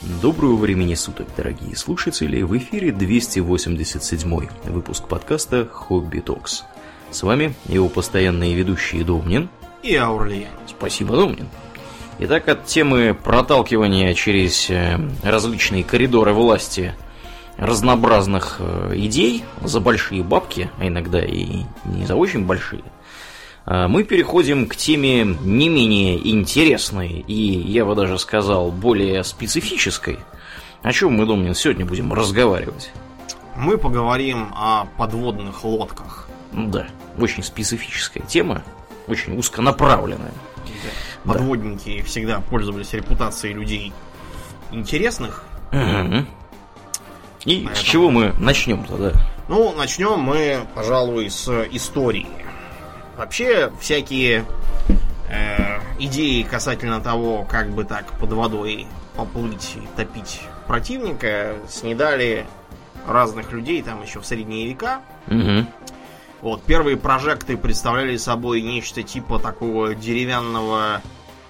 Доброго времени суток, дорогие слушатели! В эфире 287-й выпуск подкаста «Хобби Токс». С вами его постоянные ведущие Домнин и Аурлиен. Спасибо, Домнин. Итак, от темы проталкивания через различные коридоры власти разнообразных идей за большие бабки, а иногда и не за очень большие, мы переходим к теме не менее интересной и, я бы даже сказал, более специфической. О чем мы, Домнин, сегодня будем разговаривать? Мы поговорим о подводных лодках. Да, очень специфическая тема, очень узконаправленная. Да. Подводники всегда пользовались репутацией людей интересных. Угу. И с чего мы начнем тогда? Ну, начнем мы, пожалуй, с истории. Вообще, всякие идеи касательно того, как бы так под водой поплыть и топить противника, снедали разных людей там еще в средние века. Угу. Вот, первые прожекты представляли собой нечто типа такого деревянного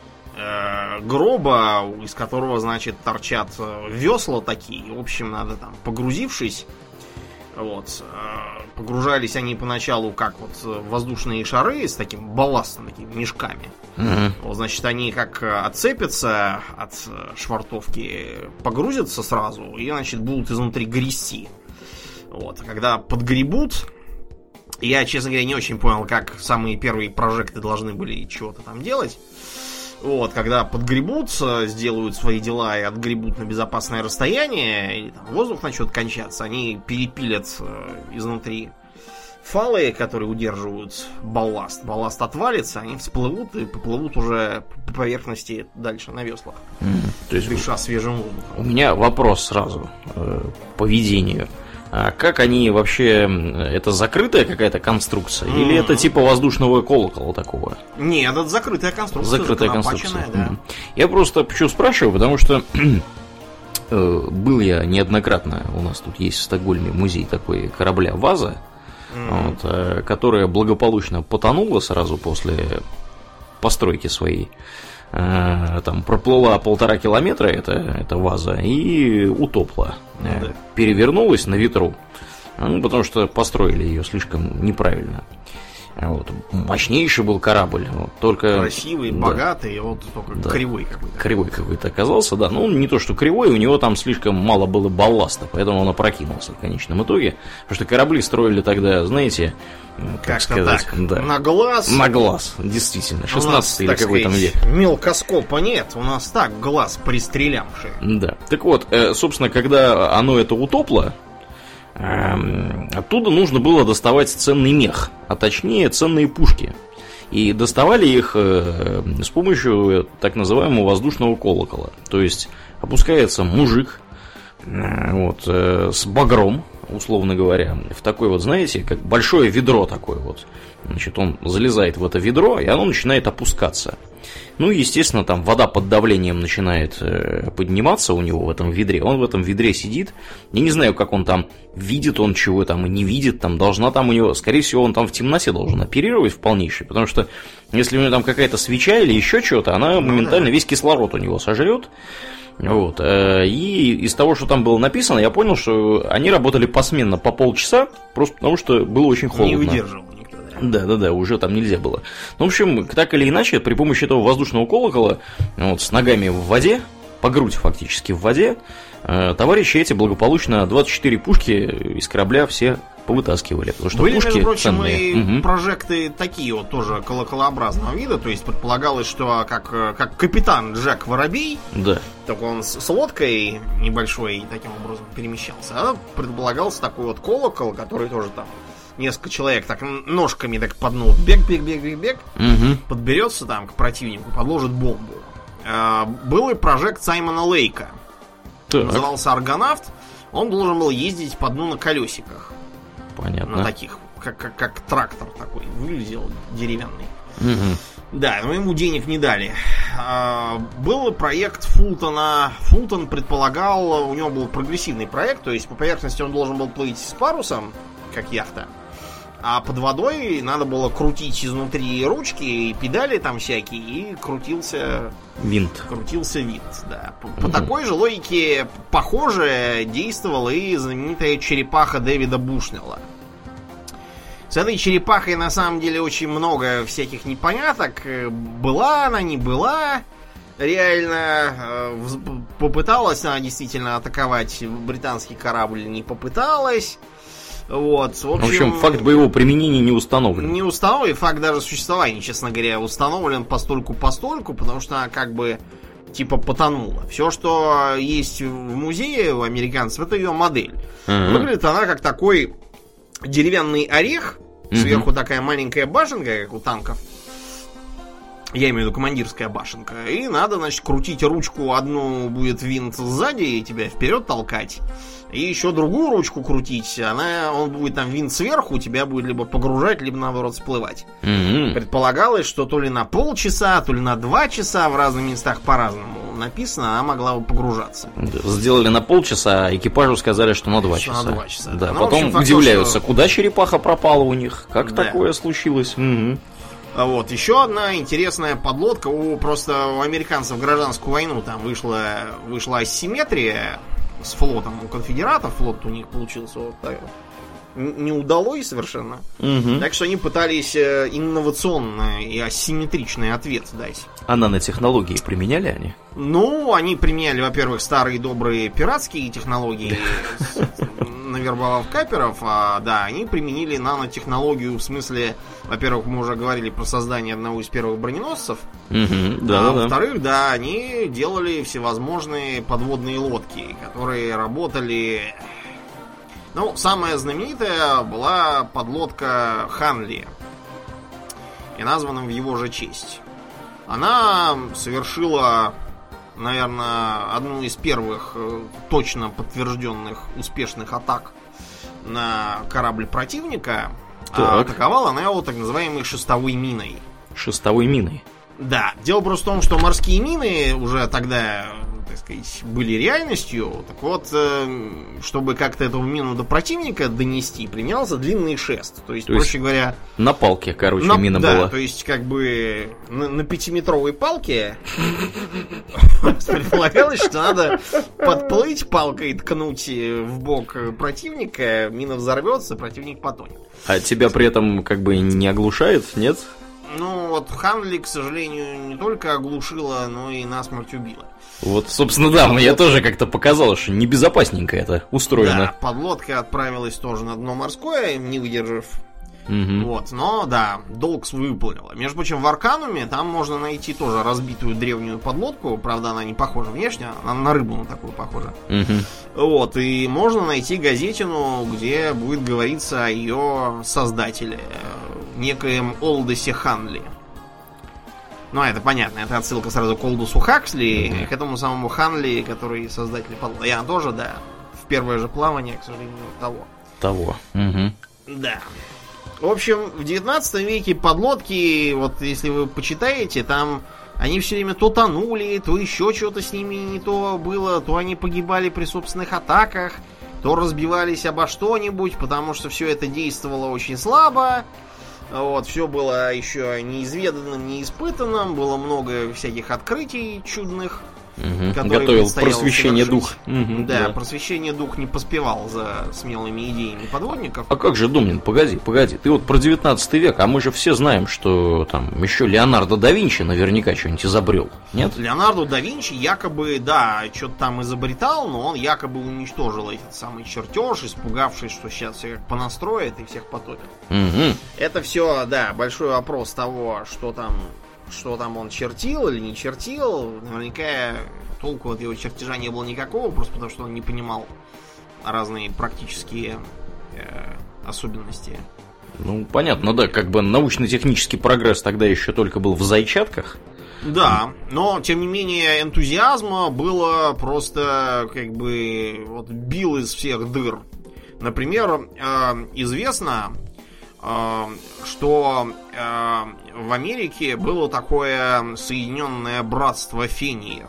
гроба, из которого, значит, торчат весла такие. В общем, надо там, погрузившись, вот, погружались они поначалу как вот воздушные шары с таким балластом, такими мешками. Вот, значит, они как отцепятся от швартовки, погрузятся сразу и, значит, будут изнутри грести. Вот, когда подгребут, я, честно говоря, не очень понял, как самые первые прожекты должны были чего-то там делать. Вот, когда подгребут, сделают свои дела и отгребут на безопасное расстояние, и там воздух начнет кончаться, они перепилят изнутри фалы, которые удерживают балласт. Балласт отвалится, они всплывут и поплывут уже по поверхности дальше на веслах. То есть дыша свежим воздухом. У меня вопрос сразу по ведению. А как они вообще... Это закрытая какая-то конструкция? Или это типа воздушного колокола такого? Нет, это закрытая конструкция. Закрытая конструкция. Да. Я просто почему спрашиваю, потому что был я неоднократно, у нас тут есть в Стокгольме музей такой корабля «Ваза», вот, которая благополучно потонула сразу после постройки своей. Там проплыла 1,5 километра эта ваза и утопла. Перевернулась на ветру. Ну, потому что построили ее слишком неправильно. Вот. Мощнейший был корабль. Вот, только... Красивый, да. Богатый, вот только да. Кривой какой-то. Кривой какой-то оказался, да. Ну, не то, что кривой, у него там слишком мало было балласта, поэтому он опрокинулся в конечном итоге. Потому что корабли строили тогда, знаете, как сказать, так, да. На глаз. На глаз, действительно. 16 или какой там век. Мелкоскопа нет, у нас так глаз пристрелямший. Да. Так вот, собственно, когда оно это утопло, оттуда нужно было доставать ценный мех, а точнее ценные пушки. И доставали их с помощью так называемого воздушного колокола. То есть опускается мужик вот, с багром, условно говоря, в такой вот, знаете, как большое ведро такое вот. Значит, он залезает в это ведро, и оно начинает опускаться. Ну, естественно, там вода под давлением начинает подниматься у него в этом ведре. Он в этом ведре сидит. Я не знаю, как он там видит, он чего там и не видит. Там должна там у него, скорее всего, он там в темноте должен оперировать в полнейшей. Потому что если у него там какая-то свеча или еще что-то, она моментально весь кислород у него сожрет. Вот. И из того, что там было написано, я понял, что они работали посменно по полчаса, просто потому что было очень холодно. Не выдерживал никто. Да, уже там нельзя было. Ну, в общем, так или иначе, при помощи этого воздушного колокола, вот, с ногами в воде, по грудь фактически в воде, товарищи эти благополучно 24 пушки из корабля все повытаскивали. Потому что были, пушки между прочим, ценные. И прожекты такие вот тоже колоколообразного вида. То есть предполагалось, что как капитан Джек Воробей, да. только он с лодкой небольшой таким образом перемещался. А предполагался такой вот колокол, который тоже там несколько человек так ножками так поднут, бег, подберется там к противнику, подложит бомбу. Был и прожект Саймона Лейка. Так. Назывался «Аргонавт». Он должен был ездить по дну на колесиках. Понятно. На таких, как трактор такой. Выглядел деревянный. Да, но ему денег не дали. Был проект Фултона. Фултон предполагал, у него был прогрессивный проект, то есть по поверхности он должен был плыть с парусом, как яхта. А под водой надо было крутить изнутри ручки и педали там всякие, и крутился винт. Крутился винт, да. По такой же логике, похоже, действовала и знаменитая черепаха Дэвида Бушнелла. С этой черепахой на самом деле очень много всяких непоняток. Была она, не была. Реально попыталась она действительно атаковать британский корабль, не попыталась. Вот, в общем, факт боевого применения не установлен. Не установлен, факт даже существования, честно говоря, установлен постольку-постольку, потому что она как бы типа потонула. Все, что есть в музее у американцев, это ее модель. Выглядит она как такой деревянный орех, сверху такая маленькая башенка, как у танков. Я имею в виду командирская башенка. И надо, значит, крутить ручку. Одну будет винт сзади и тебя вперед толкать. И еще другую ручку крутить. Он будет там винт сверху, тебя будет либо погружать, либо наоборот всплывать. Предполагалось, что то ли на полчаса, то ли на 2 часа, в разных местах по-разному написано, она могла бы погружаться. Сделали на полчаса, а экипажу сказали, что на 2 часа. На 2 часа. Да, потом общем, удивляются, куда черепаха пропала у них. Как такое случилось? Вот, еще одна интересная подлодка. Просто у американцев в гражданскую войну там вышла асимметрия с флотом у конфедератов. Флот у них получился вот так вот неудалой совершенно. Так что они пытались инновационный и асимметричный ответ дать. А нанотехнологии применяли они? Ну, они применяли, во-первых, старые добрые пиратские технологии, навербовав каперов, да, они применили нанотехнологию в смысле, во-первых, мы уже говорили про создание одного из первых броненосцев, во-вторых, да, они делали всевозможные подводные лодки, которые работали. Ну, самая знаменитая была подлодка Ханли, и названа в его же честь. Она совершила, наверное, одну из первых точно подтвержденных успешных атак на корабль противника. А атаковала она его так называемой шестовой миной. Шестовой миной? Да. Дело просто в том, что морские мины уже тогда, так сказать, были реальностью. Так вот, чтобы как-то эту мину до противника донести, применялся длинный шест. То есть, проще говоря... На палке, мина была. Да, то есть, как бы на 5-метровой палке предполагалось, что надо подплыть палкой, ткнуть в бок противника, мина взорвется, противник потонет. А тебя при этом как бы не оглушает, нет? Ну, вот Ханли, к сожалению, не только оглушила, но и насмерть убила. Вот, собственно, да, мне тоже как-то показалось, что небезопасненько это устроено. Да, подлодка отправилась тоже на дно морское, не выдержав. Вот, но да, долг свой выполнила. Между прочим, в Аркануме там можно найти тоже разбитую древнюю подлодку. Правда, она не похожа внешне, она на рыбу на такую похожа. Вот, и можно найти газетину, где будет говориться о ее создателе, некоем Олдосе Ханли. Ну, это понятно, это отсылка сразу к Олдосу Хаксли, к этому самому Ханли, который создатель подлодки. Я тоже, да, в первое же плавание, к сожалению, того. Да. В общем, в 19 веке подлодки, вот если вы почитаете, там они все время то тонули, то еще что-то с ними не то было, то они погибали при собственных атаках, то разбивались обо что-нибудь, потому что все это действовало очень слабо. Вот, все было еще неизведанным, неиспытанным, было много всяких открытий чудных. Готовил просвещение дух. Да, просвещение дух не поспевал за смелыми идеями подводников. А как же, Домнин, погоди, ты вот про 19 век, а мы же все знаем, что там еще Леонардо да Винчи наверняка что-нибудь изобрел, нет? Леонардо да Винчи якобы, да, что-то там изобретал, но он якобы уничтожил этот самый чертеж, испугавшись, что сейчас все как понастроит и всех потопит. Это все, да, большой вопрос того, что там он чертил или не чертил. Наверняка толку от его чертежа не было никакого, просто потому что он не понимал разные практические особенности. Ну, понятно, да, как бы научно-технический прогресс тогда еще только был в зайчатках. Да, но, тем не менее, энтузиазма было просто, как бы, вот бил из всех дыр. Например, известно, что в Америке было такое Соединенное Братство Фениев.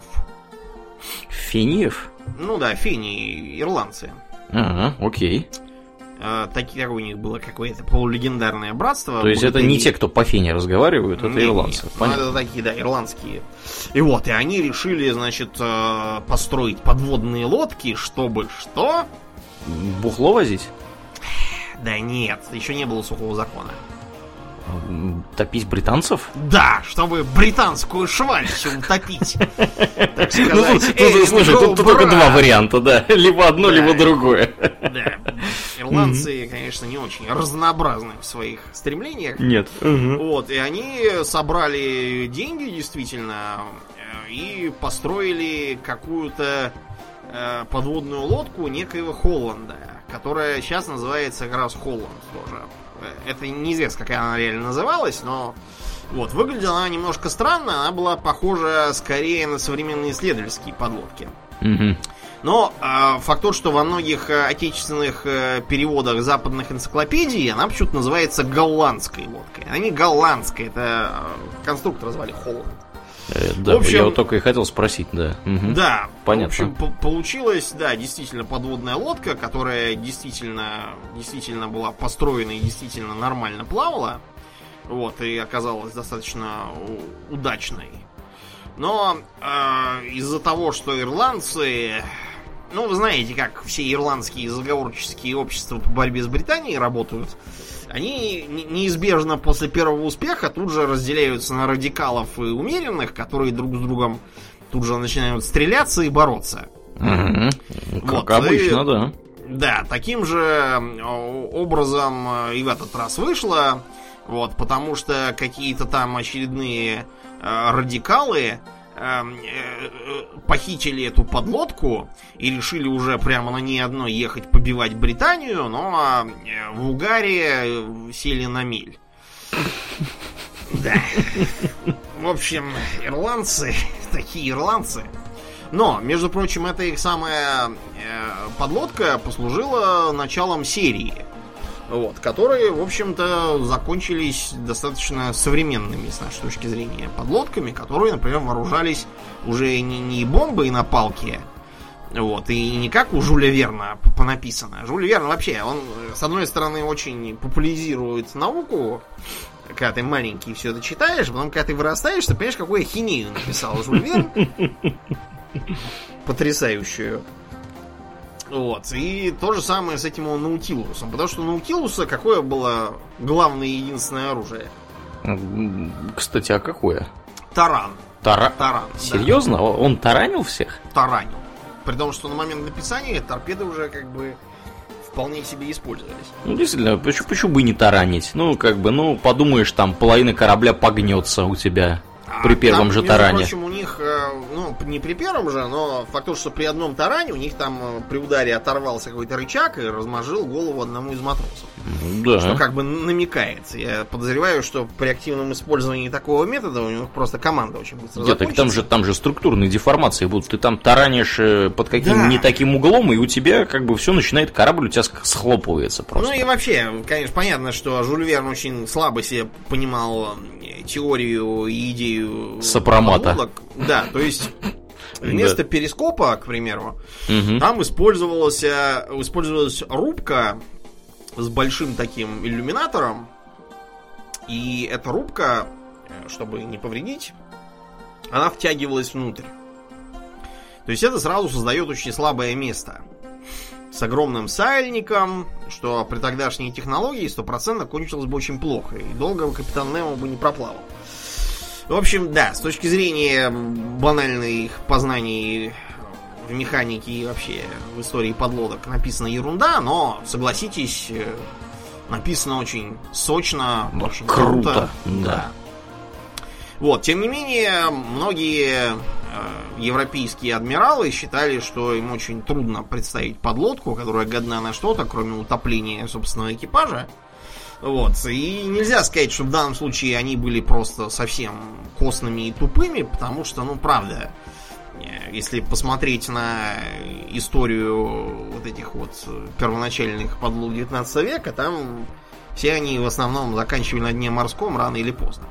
Фениев? Ну да, фении, ирландцы. Ага, окей. Такое у них было какое-то полулегендарное братство. То есть это не те, кто по фене разговаривают, это ирландцы. Нет, это такие, да, ирландские. И вот, и они решили, значит, построить подводные лодки, чтобы что? Бухло возить? Да нет, еще не было сухого закона. Топить британцев? Да, чтобы британскую шваль все утопить. Так сказать. Слушай, тут только два варианта, да. Либо одно, либо другое. Да. Ирландцы, конечно, не очень разнообразны в своих стремлениях. Нет. Вот, и они собрали деньги, действительно, и построили какую-то подводную лодку некоего Холланда, которая сейчас называется как раз Холланд тоже. Это неизвестно, какая она реально называлась, но вот, выглядела она немножко странно. Она была похожа скорее на современные исследовательские подлодки. Но факт тот, что во многих отечественных переводах западных энциклопедий она почему-то называется голландской лодкой. Она не голландская, это конструктора звали Холланд. Да, в общем, я вот только и хотел спросить, да. Да, понятно. В общем, получилась, да, действительно подводная лодка, которая действительно была построена и действительно нормально плавала. Вот, и оказалась достаточно удачной. Но из-за того, что ирландцы... Ну, вы знаете, как все ирландские заговорческие общества по борьбе с Британией работают. Они неизбежно после первого успеха тут же разделяются на радикалов и умеренных, которые друг с другом тут же начинают стреляться и бороться. Как обычно, да. Да, таким же образом и в этот раз вышло. Вот, потому что какие-то там очередные радикалы похитили эту подлодку и решили уже прямо на ней одной ехать побивать Британию, но в угаре сели на мель. Да. В общем, ирландцы, такие ирландцы. Но, между прочим, эта их самая подлодка послужила началом серии. Вот, которые, в общем-то, закончились достаточно современными, с нашей точки зрения, подлодками, которые, например, вооружались уже не бомбой на палке, вот, и не как у Жюля Верна понаписано. Жюль Верн вообще, он, с одной стороны, очень популяризирует науку, когда ты маленький все это читаешь, потом, когда ты вырастаешь, ты понимаешь, какую ахинею написал Жюль Верн. Потрясающую. Вот, и то же самое с этим Наутилусом. Потому что у Наутилуса какое было главное и единственное оружие? Кстати, а какое? Таран. Таран. Серьезно? Да. Он таранил всех? Таранил. При том, что на момент написания торпеды уже как бы вполне себе использовались. Ну, действительно, почему бы не таранить? Ну, как бы, ну, подумаешь, там половина корабля погнется у тебя. При первом же таране. Между прочим, у них, ну, не при первом же, но факт тот, что при одном таране у них там при ударе оторвался какой-то рычаг и размозжил голову одному из матросов. Да. Что как бы намекается. Я подозреваю, что при активном использовании такого метода у них просто команда очень быстро закончится. Там же структурные деформации будут. Ты там таранишь под каким-то не таким углом, и у тебя как бы все начинает, корабль у тебя схлопывается просто. Ну и вообще, конечно, понятно, что Жюль Верн очень слабо себе понимал теорию и идею сопромата. подлодок. Да, то есть вместо перископа, к примеру, там использовалась рубка с большим таким иллюминатором. И эта рубка, чтобы не повредить, она втягивалась внутрь. То есть это сразу создает очень слабое место с огромным сальником, что при тогдашней технологии 100% кончилось бы очень плохо, и долго капитан Немо бы не проплавал. В общем, да, с точки зрения банальных познаний в механике и вообще в истории подлодок написана ерунда, но, согласитесь, написано очень сочно, очень круто. Да. Вот, тем не менее, многие европейские адмиралы считали, что им очень трудно представить подлодку, которая годна на что-то, кроме утопления собственного экипажа. Вот, и нельзя сказать, что в данном случае они были просто совсем костными и тупыми, потому что, ну, правда, если посмотреть на историю вот этих вот первоначальных подлодок 19 века, там все они в основном заканчивали на дне морском рано или поздно.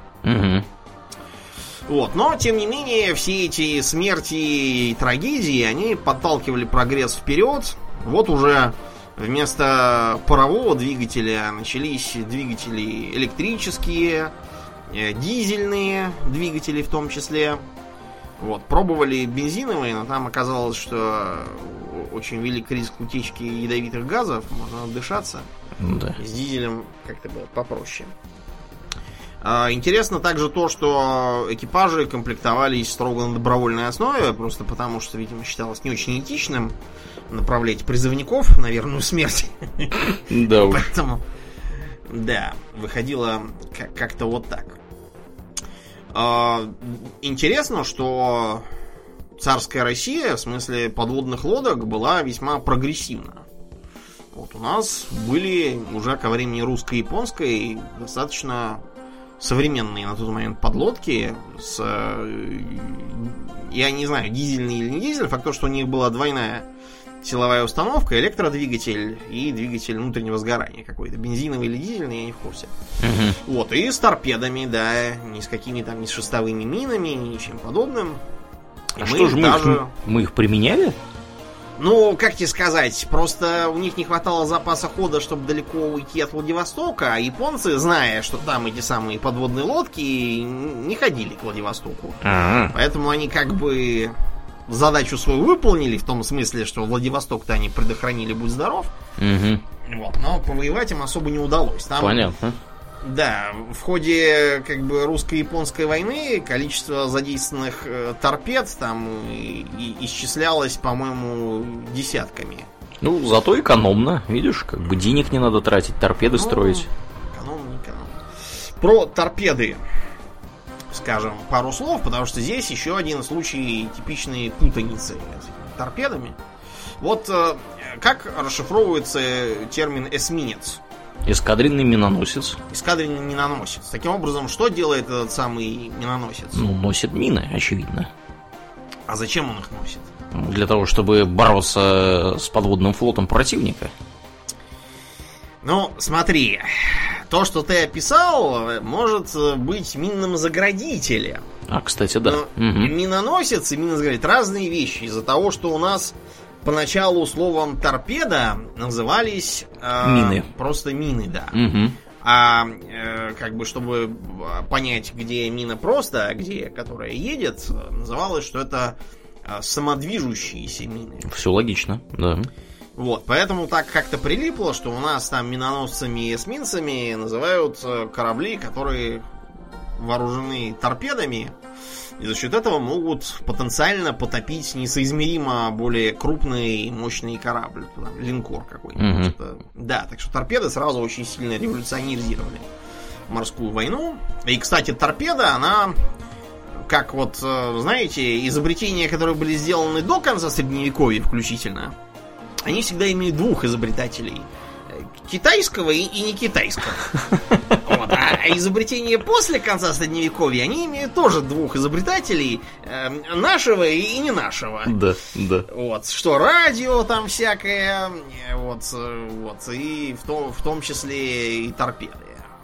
Вот, но, тем не менее, все эти смерти и трагедии, они подталкивали прогресс вперед. Вот уже Вместо парового двигателя начались двигатели электрические, дизельные двигатели в том числе. Вот, пробовали бензиновые, но там оказалось, что очень велик риск утечки ядовитых газов, можно отдышаться. Да. С дизелем как-то было попроще. Интересно также то, что экипажи комплектовались строго на добровольной основе, просто потому что, видимо, считалось не очень этичным направлять призывников на верную смерть. Да уж. Поэтому, да, выходило как-то вот так. Интересно, что царская Россия, в смысле подводных лодок, была весьма прогрессивна. Вот у нас были уже ко времени русско-японской достаточно современные на тот момент подлодки с, я не знаю, дизельный или не дизель, факт то, что у них была двойная силовая установка, электродвигатель и двигатель внутреннего сгорания какой-то. Бензиновый или дизельный, я не в курсе. Вот, и с торпедами, да, ни с какими там, ни с шестовыми минами, ни чем подобным. А что же мы их применяли? Ну, как тебе сказать, просто у них не хватало запаса хода, чтобы далеко уйти от Владивостока, а японцы, зная, что там эти самые подводные лодки, не ходили к Владивостоку. Поэтому они как бы задачу свою выполнили, в том смысле, что Владивосток-то они предохранили, будь здоров. Вот, но повоевать им особо не удалось. Там, понятно. Да, в ходе как бы русско-японской войны количество задействованных торпед там исчислялось, по-моему, десятками. Ну, зато экономно, видишь, как бы денег не надо тратить, торпеды строить. Экономно. Про торпеды скажем пару слов, потому что здесь еще один случай типичной путаницы с торпедами. Вот как расшифровывается термин эсминец? Эскадренный миноносец. Эскадренный миноносец. Таким образом, что делает этот самый миноносец? Ну, носит мины, очевидно. А зачем он их носит? Для того, чтобы бороться с подводным флотом противника. Ну, смотри, то, что ты описал, может быть минным заградителем. А, кстати, да. Миноносец и минозаградитель — разные вещи. Из-за того, что у нас поначалу словом торпеда назывались мины. Просто мины, да. А как бы, чтобы понять, где мина просто, а где которая едет, называлось, что это самодвижущиеся мины. Все логично, да. Вот, поэтому так как-то прилипло, что у нас там миноносцами и эсминцами называют корабли, которые вооружены торпедами, и за счет этого могут потенциально потопить несоизмеримо более крупный и мощный корабль, там, линкор какой-нибудь. Да, так что торпеды сразу очень сильно революционизировали морскую войну. И, кстати, торпеда, она, как вот, знаете, изобретения, которые были сделаны до конца Средневековья включительно, они всегда имеют двух изобретателей. Китайского и не китайского. Вот. А изобретения после конца Средневековья, они имеют тоже двух изобретателей, нашего и не нашего. Да, да. Вот. Что радио там всякое, вот и в том числе и торпеды.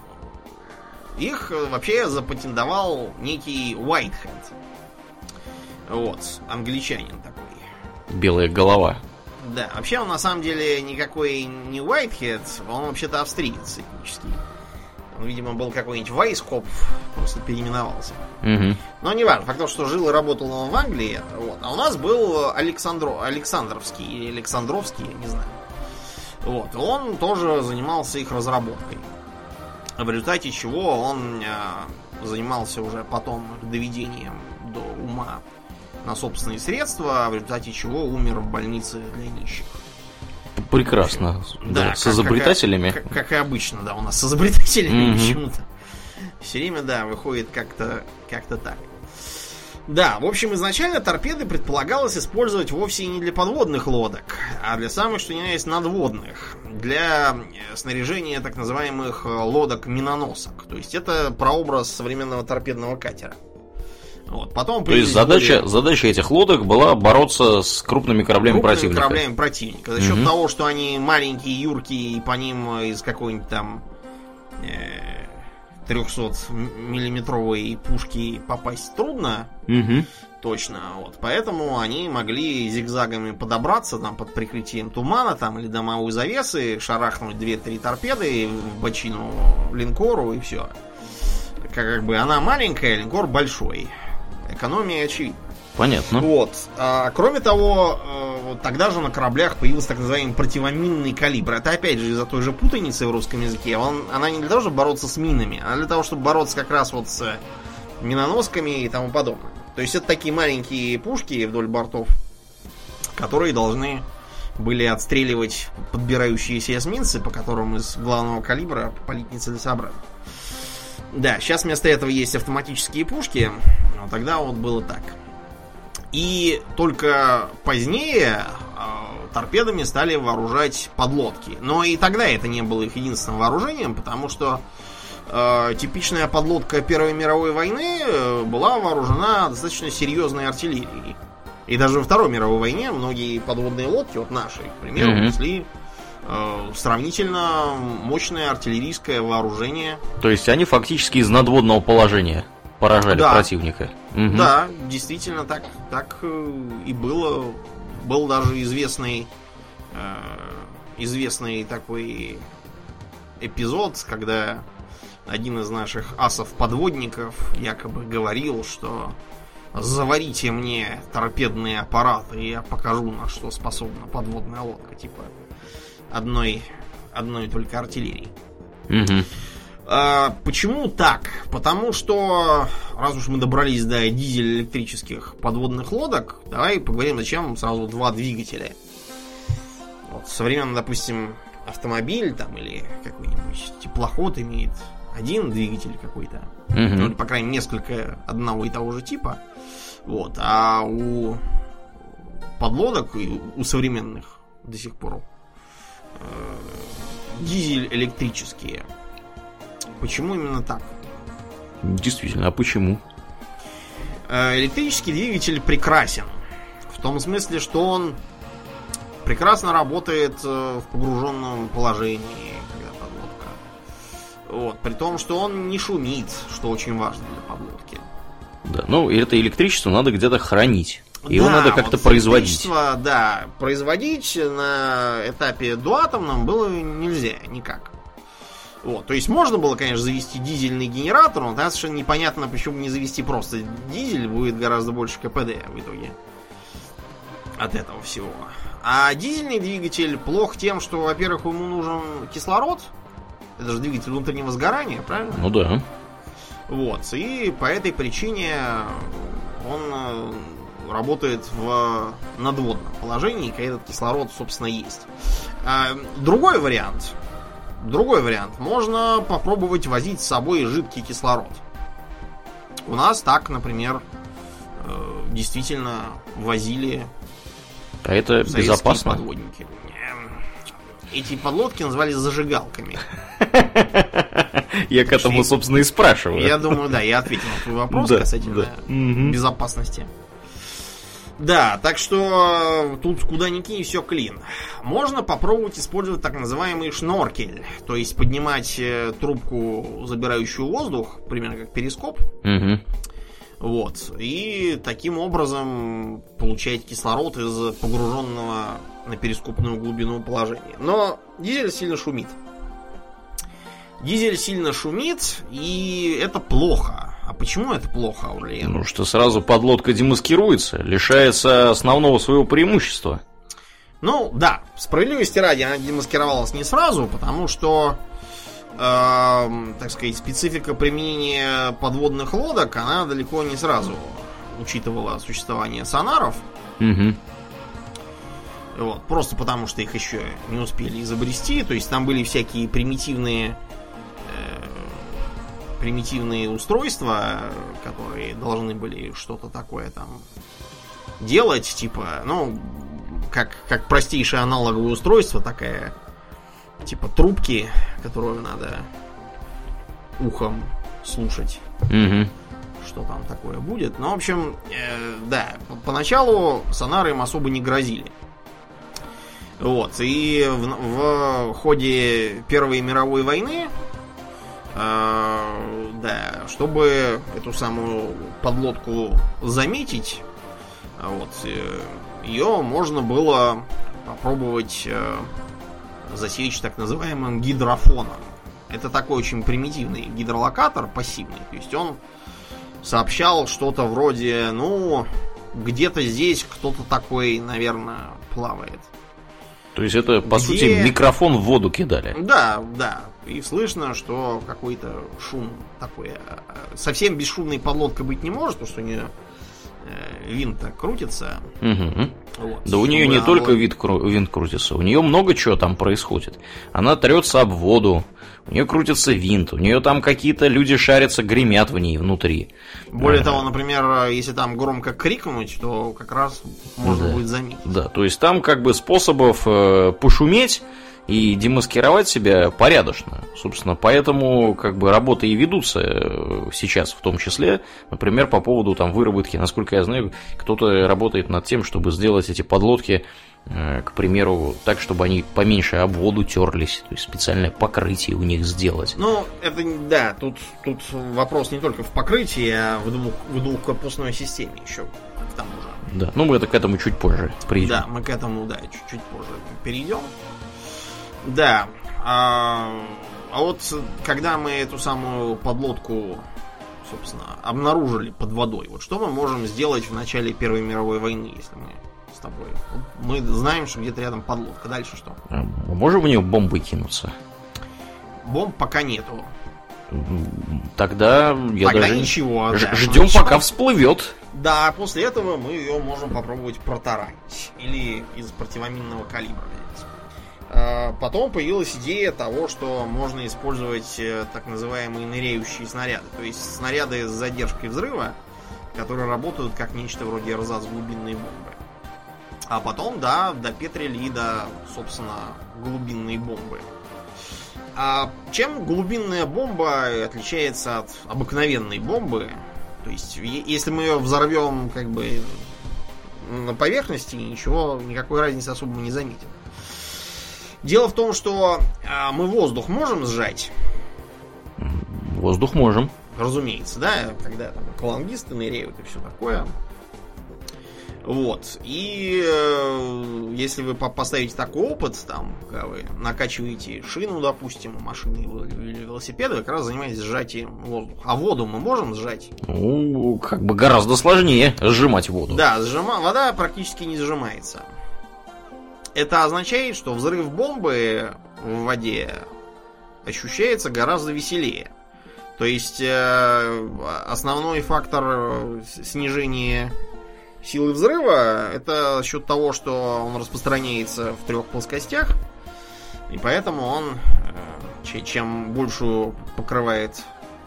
Их вообще запатентовал некий Уайтхед. Вот, англичанин такой. Белая голова. Да, вообще он на самом деле никакой не Уайтхед, он вообще-то австриец этнический. Он, видимо, был какой-нибудь Вайскоп, просто переименовался. Но не важно, факт, что жил и работал он в Англии. Вот. А у нас был Александровский или Александровский, я не знаю. Вот. Он тоже занимался их разработкой. В результате чего он занимался уже потом доведением до ума на собственные средства, в результате чего умер в больнице для нищих. Прекрасно. Да, с изобретателями. Как и обычно, да, у нас с изобретателями почему-то. Все время, да, выходит как-то так. Да, в общем, изначально торпеды предполагалось использовать вовсе не для подводных лодок, а для самых, что ни на есть, надводных. Для снаряжения так называемых лодок-миноносок. То есть это прообраз современного торпедного катера. Вот. Потом то есть задача этих лодок была бороться с крупными кораблями противника. За счет того, что они маленькие, юркие, и по ним из какой-нибудь там 300-миллиметровой пушки попасть трудно, Точно, вот. Поэтому они могли зигзагами подобраться там под прикрытием тумана там, или дымовой завесы, шарахнуть 2-3 торпеды в бочину линкору и все. Как бы она маленькая, линкор большой. Экономия очевидна. Понятно. Вот. Кроме того, тогда же на кораблях появился так называемый противоминный калибр. Это опять же из-за той же путаницы в русском языке. Она не для того, чтобы бороться с минами, а для того, чтобы бороться как раз вот с миноносками и тому подобное. То есть это такие маленькие пушки вдоль бортов, которые должны были отстреливать подбирающиеся эсминцы, по которым из главного калибра палить нецелесообразно. Да, сейчас вместо этого есть автоматические пушки, но тогда вот было так. И только позднее торпедами стали вооружать подлодки. Но и тогда это не было их единственным вооружением, потому что типичная подлодка Первой мировой войны была вооружена достаточно серьезной артиллерией. И даже во Второй мировой войне многие подводные лодки, вот наши, к примеру, несли сравнительно мощное артиллерийское вооружение. То есть они фактически из надводного положения поражали противника. Да, действительно так и было. Был даже известный такой эпизод, когда один из наших асов-подводников якобы говорил, что заварите мне торпедные аппараты, и я покажу, на что способна подводная лодка, типа одной только артиллерии. Почему так? Потому что, раз уж мы добрались до дизель-электрических подводных лодок, давай поговорим, зачем сразу два двигателя. Вот, современно, допустим, автомобиль там или какой-нибудь теплоход имеет один двигатель какой-то. Ну, или, по крайней мере, несколько одного и того же типа. Вот. А у подлодок и у современных до сих пор дизель электрические. Почему именно так? Действительно, а почему? Электрический двигатель прекрасен. В том смысле, что он прекрасно работает в погруженном положении, когда подлодка. Вот, при том, что он не шумит, что очень важно для подлодки. Да, ну и это электричество надо где-то хранить. Его надо как-то вот производить. Да, производить на этапе доатомном было нельзя никак. Вот, то есть можно было, конечно, завести дизельный генератор, но тогда совершенно непонятно, почему не завести просто дизель, будет гораздо больше КПД в итоге от этого всего. А дизельный двигатель плох тем, что, во-первых, ему нужен кислород. Это же двигатель внутреннего сгорания, правильно? Ну да. Вот, и по этой причине он работает в надводном положении, когда этот кислород, собственно, есть. Другой вариант. Можно попробовать возить с собой жидкий кислород. У нас так, например, действительно возили. А это безопасно? Подводники. Эти подлодки назывались зажигалками. Я к этому, собственно, и спрашиваю. Я думаю, да, я ответил на твой вопрос касательно безопасности. Да, так что тут куда ни кинь, все клин. Можно попробовать использовать так называемый шноркель. То есть поднимать трубку, забирающую воздух, примерно как перископ. Вот. И таким образом получать кислород из погруженного на перископную глубину положения. Но дизель сильно шумит. И это плохо. А почему это плохо, Аурлиен? Ну, что сразу подлодка демаскируется, лишается основного своего преимущества. Ну, да, справедливости ради, она демаскировалась не сразу, потому что, так сказать, специфика применения подводных лодок, она далеко не сразу учитывала существование сонаров. Вот, просто потому, что их еще не успели изобрести. То есть там были всякие примитивные устройства, которые должны были что-то такое там делать, типа, ну, как простейшее аналоговое устройство, такая, типа трубки, которую надо ухом слушать, что там такое будет. Ну, в общем, да, поначалу сонары им особо не грозили. Вот, и в ходе Первой мировой войны, да, чтобы эту самую подлодку заметить, Вот. Ее можно было попробовать засечь так называемым гидрофоном. Это такой очень примитивный гидролокатор, пассивный. То есть он сообщал что-то вроде, ну, где-то здесь кто-то такой, наверное, плавает. То есть это, по сути, микрофон в воду кидали. Да, да. И слышно, что какой-то шум такой. Совсем бесшумной подлодкой быть не может, потому что у нее винт крутится. Угу. Вот. Да у нее не только винт крутится, у нее много чего там происходит. Она трется об воду, у нее крутится винт, у нее там какие-то люди шарятся, гремят в ней внутри. Более того, например, если там громко крикнуть, то как раз можно будет заметить. Да, то есть там как бы способов пошуметь и демаскировать себя порядочно. Собственно, поэтому как бы работы и ведутся сейчас в том числе. Например, по поводу там выработки, насколько я знаю, кто-то работает над тем, чтобы сделать эти подлодки, к примеру, так, чтобы они поменьше об воду терлись. То есть специальное покрытие у них сделать. Ну, это да, тут вопрос не только в покрытии, а в двухкорпусной системе еще к тому же. Да, ну мы это к этому чуть позже придем. Да, мы к этому, да, чуть позже перейдем. Да, а вот когда мы эту самую подлодку, собственно, обнаружили под водой, вот что мы можем сделать в начале Первой мировой войны, если мы с тобой... Вот мы знаем, что где-то рядом подлодка, дальше что? Мы можем в нее бомбой кинуться? Бомб пока нету. Тогда ничего, да, ждем, пока всплывет. Да, после этого мы ее можем попробовать протаранить. Или из противоминного калибра. Потом появилась идея того, что можно использовать так называемые ныряющие снаряды. То есть снаряды с задержкой взрыва, которые работают как нечто вроде эрзац-глубинной бомбы. А потом, да, допетрили и до, собственно, глубинной бомбы. А чем глубинная бомба отличается от обыкновенной бомбы? То есть, если мы ее взорвем как бы на поверхности, никакой разницы особо мы не заметим. Дело в том, что мы воздух можем сжать. Воздух можем. Разумеется, да, когда там аквалангисты ныряют и все такое. Вот. И если вы поставите такой опыт, там, когда вы накачиваете шину, допустим, машины или велосипеда, как раз занимаетесь сжатием воздуха. А воду мы можем сжать? Ну, как бы гораздо сложнее сжимать воду. Да, вода практически не сжимается. Это означает, что взрыв бомбы в воде ощущается гораздо веселее. То есть основной фактор снижения силы взрыва — это за счет того, что он распространяется в 3 плоскостях, и поэтому он чем больше покрывает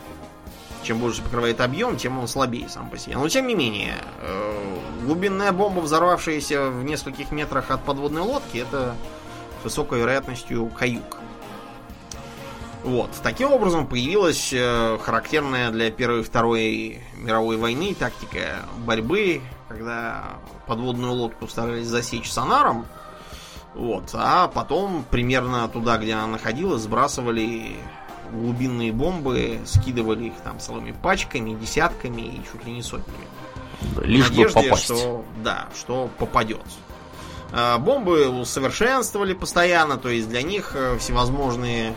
объем, тем он слабее сам по себе. Но тем не менее, глубинная бомба, взорвавшаяся в нескольких метрах от подводной лодки, это с высокой вероятностью каюк. Вот. Таким образом появилась характерная для Первой и Второй мировой войны тактика борьбы, когда подводную лодку старались засечь сонаром, вот, а потом примерно туда, где она находилась, сбрасывали глубинные бомбы, скидывали их там целыми пачками, десятками и чуть ли не сотнями. Лишь бы попасть. Что попадет. Бомбы усовершенствовали постоянно, то есть для них всевозможные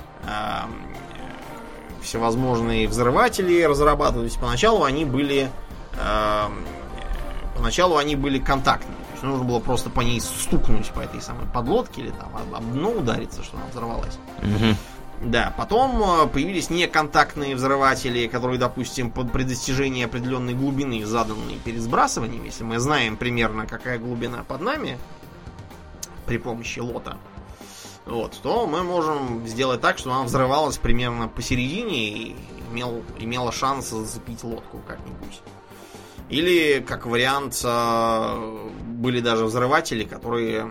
взрыватели разрабатывались. Поначалу они были контактными. То есть нужно было просто по ней стукнуть, по этой самой подлодке, или там об дно удариться, что она взорвалась. Угу. Да, потом появились неконтактные взрыватели, которые, допустим, при достижении определенной глубины, заданной перед сбрасыванием, если мы знаем примерно, какая глубина под нами при помощи лота, вот, то мы можем сделать так, что она взрывалась примерно посередине и имела шанс зацепить лодку как-нибудь. Или, как вариант, были даже взрыватели, которые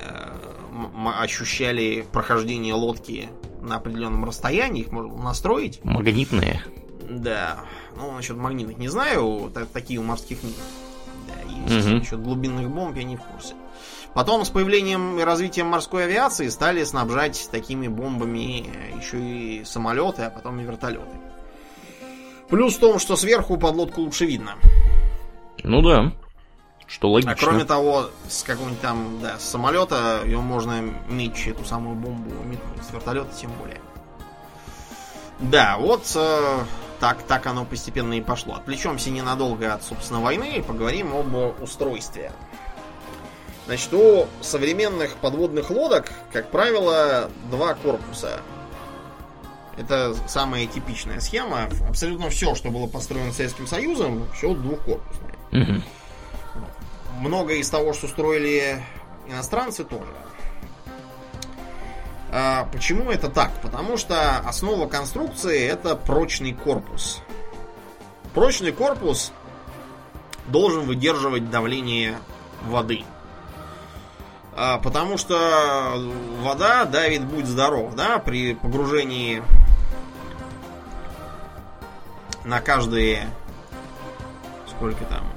ощущали прохождение лодки на определенном расстоянии, их можно было настроить. Магнитные. Да. Ну, насчет магнитных не знаю, такие у морских нет. Да, есть. Насчет глубинных бомб я не в курсе. Потом с появлением и развитием морской авиации стали снабжать такими бомбами еще и самолеты, а потом и вертолеты. Плюс в том, что сверху подлодку лучше видно. Ну да. Что логично. А кроме того, с какого-нибудь там, да, с самолета его можно меч, эту самую бомбу метнуть, с вертолета тем более. Да, вот так оно постепенно и пошло. Отвлечемся ненадолго от, собственно, войны и поговорим об устройстве. Значит, у современных подводных лодок, как правило, два корпуса. Это самая типичная схема. Абсолютно все, что было построено Советским Союзом, все двухкорпусное. Угу. Многое из того, что строили иностранцы, тоже. Почему это так? Потому что основа конструкции — это прочный корпус. Прочный корпус должен выдерживать давление воды. Потому что вода давит, будь здоров, да, при погружении на каждые... Сколько там?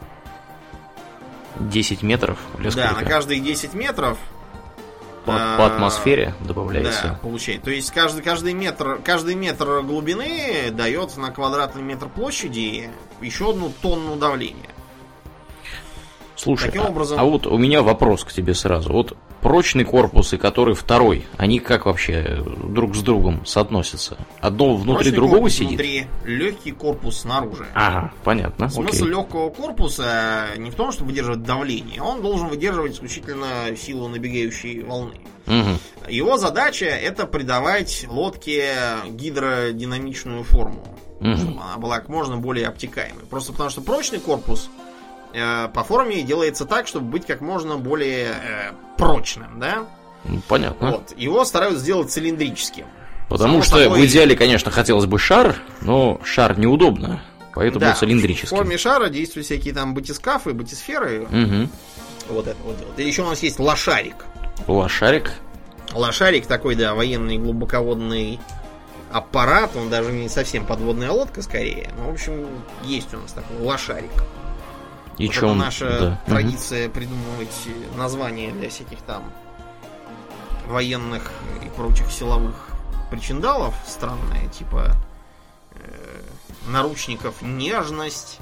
10 метров? Или да, сколько? На каждые 10 метров по атмосфере добавляется. Да, получается. То есть каждый метр глубины дает на квадратный метр площади еще одну тонну давления. Слушай, таким образом... а вот у меня вопрос к тебе сразу. Вот прочный корпус и который второй, они как вообще друг с другом соотносятся? Одно внутри прочный другого сидит? Внутри, легкий корпус снаружи. Ага, понятно. Смысл легкого корпуса не в том, чтобы выдерживать давление. Он должен выдерживать исключительно силу набегающей волны. Угу. Его задача — это придавать лодке гидродинамичную форму, чтобы она была как можно более обтекаемой. Просто потому что прочный корпус по форме делается так, чтобы быть как можно более прочным, да? Понятно. Вот. Его стараются сделать цилиндрическим. Потому что в идеале, конечно, хотелось бы шар, но шар неудобно, поэтому да, цилиндрический. В форме шара действуют всякие там батискафы, батисферы. Угу. Вот это вот делают. Или еще у нас есть лошарик. Лошарик? Лошарик такой, да, военный глубоководный аппарат. Он даже не совсем подводная лодка, скорее. Ну, в общем, есть у нас такой лошарик. И вот чем? это наша да. традиция придумывать названия для всяких там военных и прочих силовых причиндалов странная, типа наручников «Нежность».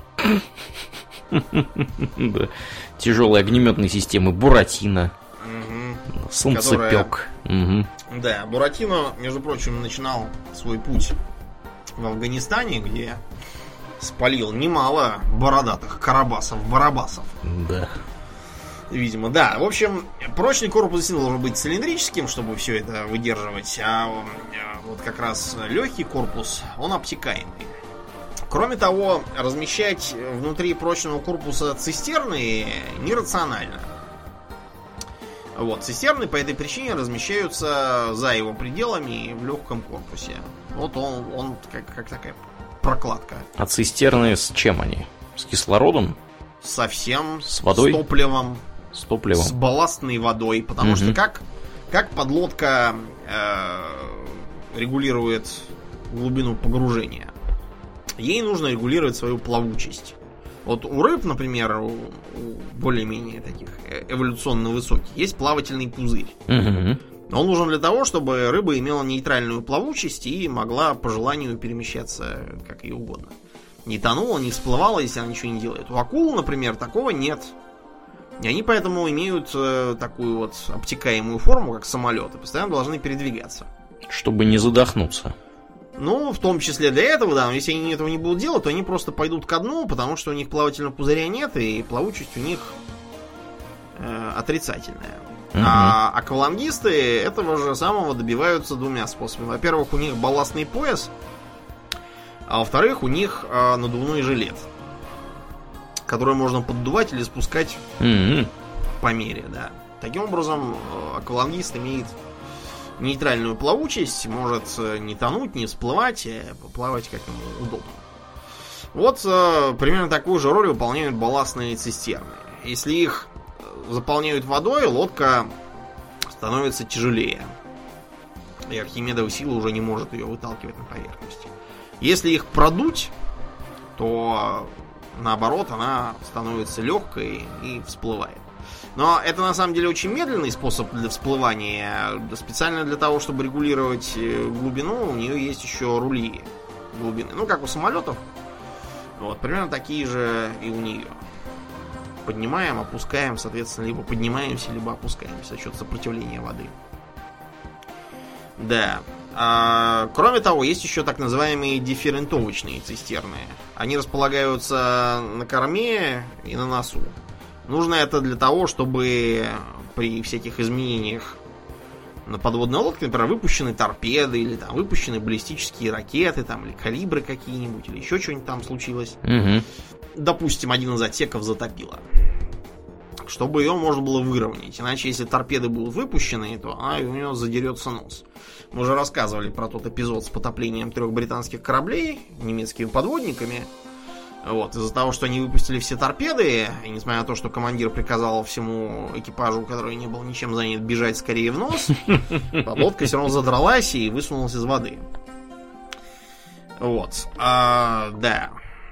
Тяжелой огнеметной системы «Буратино». «Солнцепек». Да, Буратино, между прочим, начинал свой путь в Афганистане, где спалил немало бородатых карабасов-барабасов. Да. Видимо, да. В общем, прочный корпус действительно должен быть цилиндрическим, чтобы все это выдерживать. А вот как раз легкий корпус, он обтекаемый. Кроме того, размещать внутри прочного корпуса цистерны нерационально. Вот, цистерны по этой причине размещаются за его пределами в легком корпусе. Вот он как такая прокладка. А цистерны с чем они? С кислородом? Совсем. С водой? С топливом. С топливом. С балластной водой. Потому что как подлодка регулирует глубину погружения? Ей нужно регулировать свою плавучесть. Вот у рыб, например, у более-менее таких эволюционно высоких, есть плавательный пузырь. Он нужен для того, чтобы рыба имела нейтральную плавучесть и могла по желанию перемещаться как ей угодно. Не тонула, не всплывала, если она ничего не делает. У акул, например, такого нет. И они поэтому имеют такую вот обтекаемую форму, как самолеты, постоянно должны передвигаться. Чтобы не задохнуться. Ну, в том числе для этого, да. Но если они этого не будут делать, то они просто пойдут ко дну, потому что у них плавательного пузыря нет, и плавучесть у них отрицательная. А аквалангисты этого же самого добиваются двумя способами. Во-первых, у них балластный пояс, а во-вторых, у них надувной жилет, который можно поддувать или спускать по мере, да. Таким образом, аквалангист имеет нейтральную плавучесть, может не тонуть, не всплывать, а плавать как ему удобно. Вот примерно такую же роль выполняют балластные цистерны. Если их заполняют водой, лодка становится тяжелее. И Архимедова сила уже не может ее выталкивать на поверхность. Если их продуть, то наоборот, она становится легкой и всплывает. Но это на самом деле очень медленный способ для всплывания. Специально для того, чтобы регулировать глубину, у нее есть еще рули глубины. Ну, как у самолетов. Вот, примерно такие же и у нее. поднимаем, опускаем, соответственно, либо поднимаемся, либо опускаемся за счет сопротивления воды. Да. Кроме того, есть еще так называемые дифферентовочные цистерны. Они располагаются на корме и на носу. Нужно это для того, чтобы при всяких изменениях на подводной лодке, например, выпущены торпеды, или там выпущены баллистические ракеты, там, или калибры какие-нибудь, или еще что-нибудь там случилось. Угу. Допустим, один из отсеков затопило. Чтобы ее можно было выровнять. Иначе, если торпеды будут выпущены, то у нее задерется нос. Мы уже рассказывали про тот эпизод с потоплением 3 британских кораблей немецкими подводниками. Вот, из-за того, что они выпустили все торпеды, и несмотря на то, что командир приказал всему экипажу, который не был ничем занят, бежать скорее в нос, подлодка все равно задралась и высунулась из воды. Вот. Да.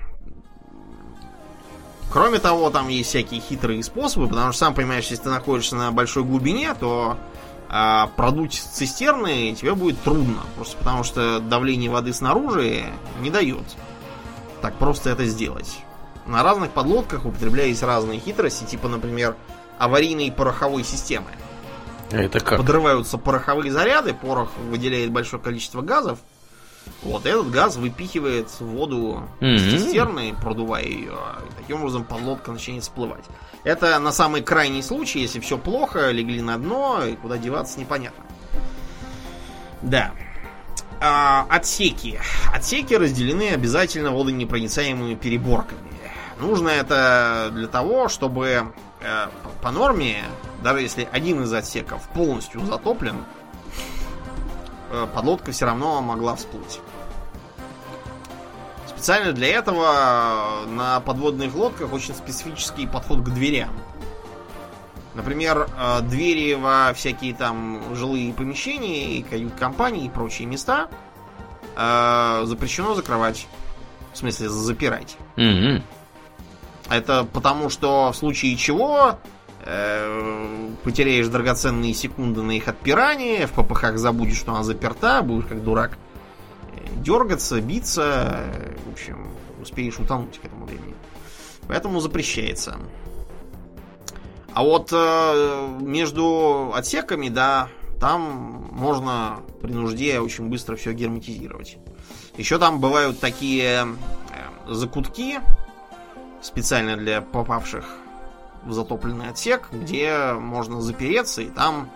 Кроме того, там есть всякие хитрые способы, потому что, сам понимаешь, если ты находишься на большой глубине, то продуть цистерны тебе будет трудно. Просто потому что давление воды снаружи не дает так просто это сделать. На разных подлодках употреблялись разные хитрости, типа, например, аварийной пороховой системы. Это как? Подрываются пороховые заряды, порох выделяет большое количество газов. Вот, этот газ выпихивает воду с цистерны, продувая ее. И таким образом подлодка начинает всплывать. Это на самый крайний случай, если все плохо, легли на дно, и куда деваться непонятно. Да. Отсеки. Отсеки разделены обязательно водонепроницаемыми переборками. Нужно это для того, чтобы по норме, даже если один из отсеков полностью затоплен, подлодка все равно могла всплыть. Специально для этого на подводных лодках очень специфический подход к дверям. Например, двери во всякие там жилые помещения и кают-компании и прочие места запрещено закрывать. В смысле, запирать. Mm-hmm. Это потому, что в случае чего потеряешь драгоценные секунды на их отпирание, в попыхах забудешь, что она заперта, будешь как дурак дергаться, биться, в общем, успеешь утонуть к этому времени. Поэтому запрещается. А вот между отсеками, да, там можно при нужде очень быстро все герметизировать. Еще там бывают такие закутки, специально для попавших в затопленный отсек, где можно запереться, и там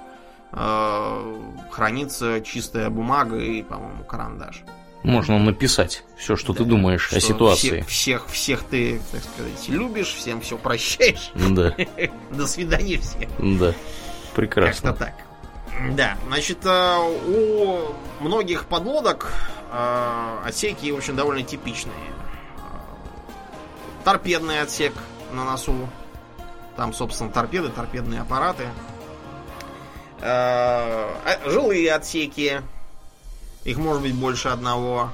хранится чистая бумага и, по-моему, карандаш. Можно написать все, что ты думаешь о ситуации. Всех ты, так сказать, любишь, всем все прощаешь. Да. До свидания всем. Да, прекрасно. Как-то так. Да, значит, у многих подлодок отсеки, в общем, довольно типичные. Торпедный отсек на носу. Там, собственно, торпеды, торпедные аппараты. Жилые отсеки. Их может быть больше одного.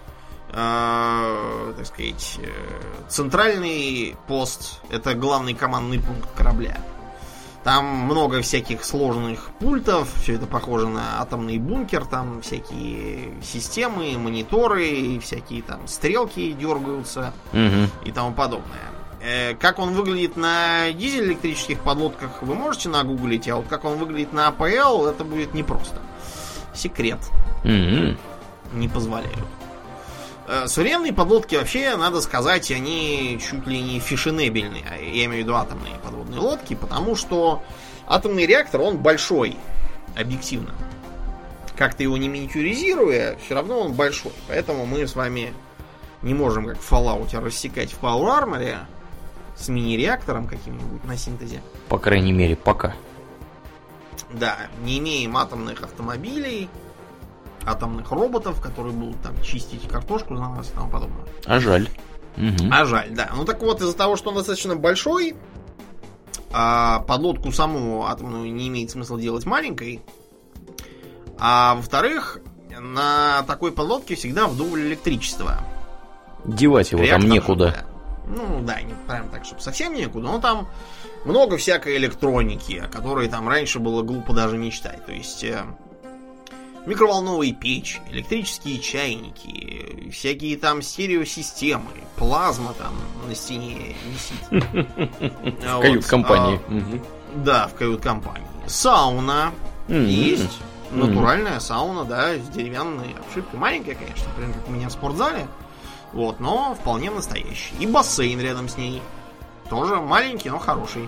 Так сказать, центральный пост — это главный командный пункт корабля. Там много всяких сложных пультов. Все это похоже на атомный бункер. Там всякие системы, мониторы, всякие там стрелки дергаются и тому подобное. Как он выглядит на дизель-электрических подлодках, вы можете нагуглить, а вот как он выглядит на АПЛ, это будет непросто. Секрет. Не позволяют. Современные подлодки вообще, надо сказать, они чуть ли не фешенебельные. Я имею в виду атомные подводные лодки, потому что атомный реактор, он большой, объективно. Как-то его не миниатюризируя, все равно он большой. Поэтому мы с вами не можем, как в Fallout, рассекать в Power Armor с мини-реактором каким-нибудь на синтезе. По крайней мере, пока. Да, не имеем атомных автомобилей, атомных роботов, которые будут там чистить картошку за нас и тому подобное. А жаль. А жаль, да. Ну так вот, из-за того, что он достаточно большой, подлодку саму атомную не имеет смысла делать маленькой. А во-вторых, на такой подлодке всегда вдоволь электричества. Девать его реактор, там некуда. Да. Ну да, не прям так, чтобы совсем некуда, но там много всякой электроники, о которой там раньше было глупо даже мечтать. То есть микроволновые печи, электрические чайники, всякие там стереосистемы, плазма там на стене висит. В кают-компании. Да, в кают-компании. Сауна есть. Натуральная сауна, да, с деревянной обшивкой. Маленькая, конечно, прям как у меня в спортзале. Вот, но вполне настоящий. И бассейн рядом с ней. Тоже маленький, но хороший.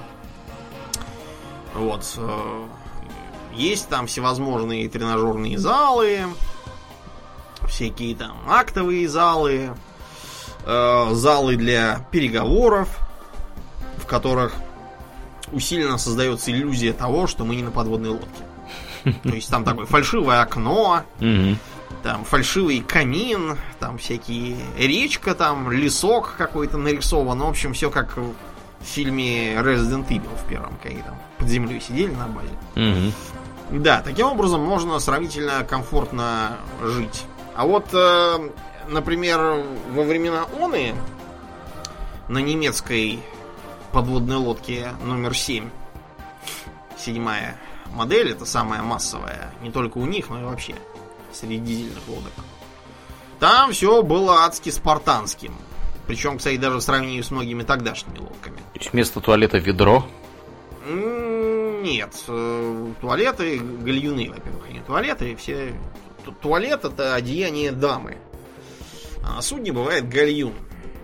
Вот. Есть там всевозможные тренажерные залы, всякие там актовые залы, залы для переговоров, в которых усиленно создается иллюзия того, что мы не на подводной лодке. То есть там такое фальшивое окно, там фальшивый камин, там всякие речка, там лесок какой-то нарисован. В общем, все как в фильме Resident Evil в первом, когда там под землей сидели на базе. Да, таким образом можно сравнительно комфортно жить. А вот, например, во времена ОНы на немецкой подводной лодке номер 7, 7-я модель, это самая массовая, не только у них, но и вообще среди дизельных лодок. Там все было адски спартанским. Причем, кстати, даже в сравнении с многими тогдашними лодками. То есть вместо туалета ведро? Нет. Туалеты, гальюны, во-первых, не туалеты. Все... Туалет — это одеяние дамы. А на судне бывает гальюн.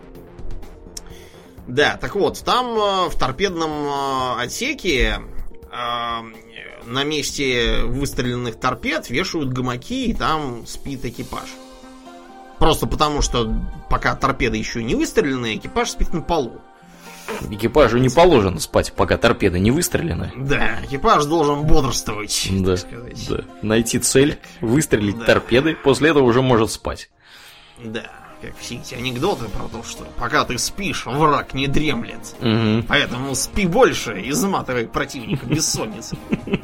Да, так вот, там в торпедном отсеке на месте выстреленных торпед вешают гамаки, и там спит экипаж. Просто потому, что пока торпеды еще не выстрелены, экипаж спит на полу. Экипажу не положено спать, пока торпеды не выстрелены. Да, экипаж должен бодрствовать, да, так сказать. Да. Найти цель, выстрелить торпеды, после этого уже может спать. Да, как все эти анекдоты про то, что пока ты спишь, враг не дремлет. Поэтому спи больше, изматывай противника бессонницей.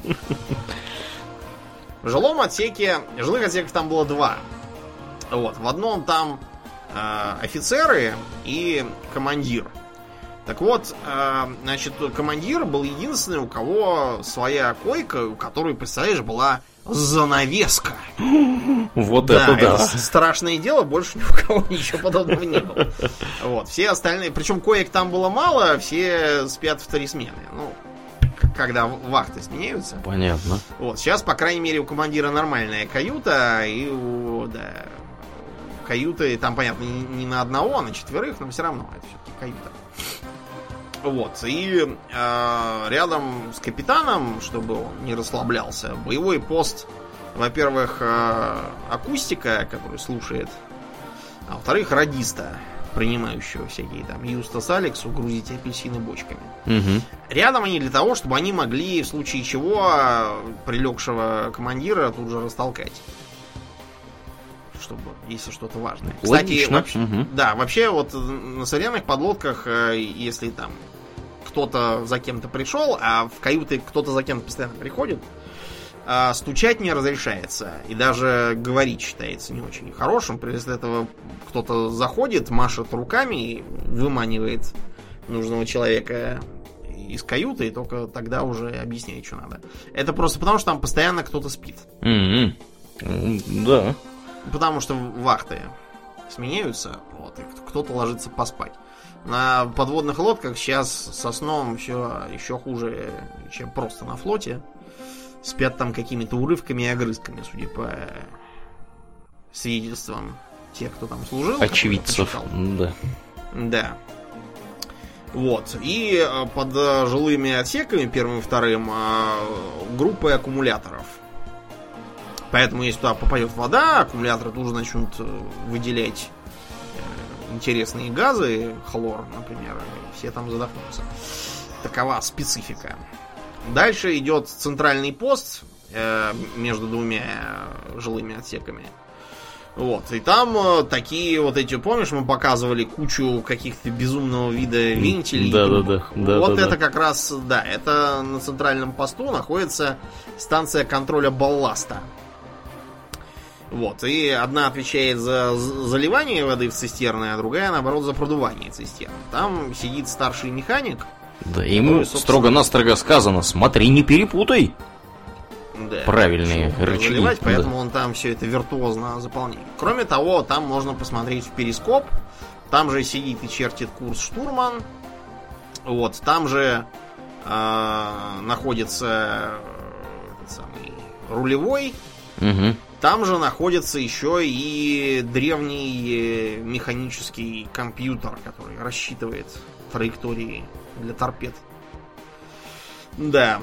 В жилом отсеке, жилых отсеков там было 2. Вот, в одном там офицеры и командир. Так вот, значит, командир был единственный, у кого своя койка, у которой, представляешь, была занавеска. Вот да, это да. Страшное дело, больше ни у кого ничего подобного не было. Вот, все остальные, причем коек там было мало, все спят в 3 смены. Ну, когда вахты сменяются. Понятно. Вот, сейчас, по крайней мере, у командира нормальная каюта, и каюты, там, понятно, не на одного, а на 4, но все равно это все-таки каюта. Вот, и рядом с капитаном, чтобы он не расслаблялся, боевой пост, во-первых, акустика, который слушает, а во-вторых, радиста, принимающего всякие там Юстас Алексу грузить апельсины бочками. Рядом они для того, чтобы они могли, в случае чего, прилегшего командира тут же растолкать. Чтобы, если что-то важное. Кстати, вообще, да, вообще вот на современных подлодках, если там кто-то за кем-то пришел, а в каюты кто-то за кем-то постоянно приходит, стучать не разрешается. И даже говорить считается не очень хорошим. После этого кто-то заходит, машет руками и выманивает нужного человека из каюты, и только тогда уже объясняет, что надо. Это просто потому, что там постоянно кто-то спит. Да. Потому что вахты сменяются, вот, и кто-то ложится поспать. На подводных лодках сейчас со сном все еще хуже, чем просто на флоте. Спят там какими-то урывками и огрызками, судя по свидетельствам тех, кто там служил. Очевидцев, да. Да. Вот. И под жилыми отсеками, 1 и 2, группы аккумуляторов. Поэтому, если туда попадет вода, аккумуляторы тут же начнут выделять интересные газы, хлор, например, и все там задохнутся. Такова специфика. Дальше идет центральный пост между 2 жилыми отсеками. Вот. И там такие вот эти, помнишь, мы показывали кучу каких-то безумного вида вентилей. Да. Вот это как раз, да, это на центральном посту находится станция контроля балласта. Вот, и одна отвечает за заливание воды в цистерны, а другая, наоборот, за продувание цистерн. Там сидит старший механик. Да, ему строго-настрого сказано: смотри, не перепутай. Да, правильные рычаги. Заливать, поэтому он там все это виртуозно заполняет. Кроме того, там можно посмотреть в перископ. Там же сидит и чертит курс штурман. Вот, там же находится этот самый рулевой. Угу. Там же находится еще и древний механический компьютер, который рассчитывает траектории для торпед. Да.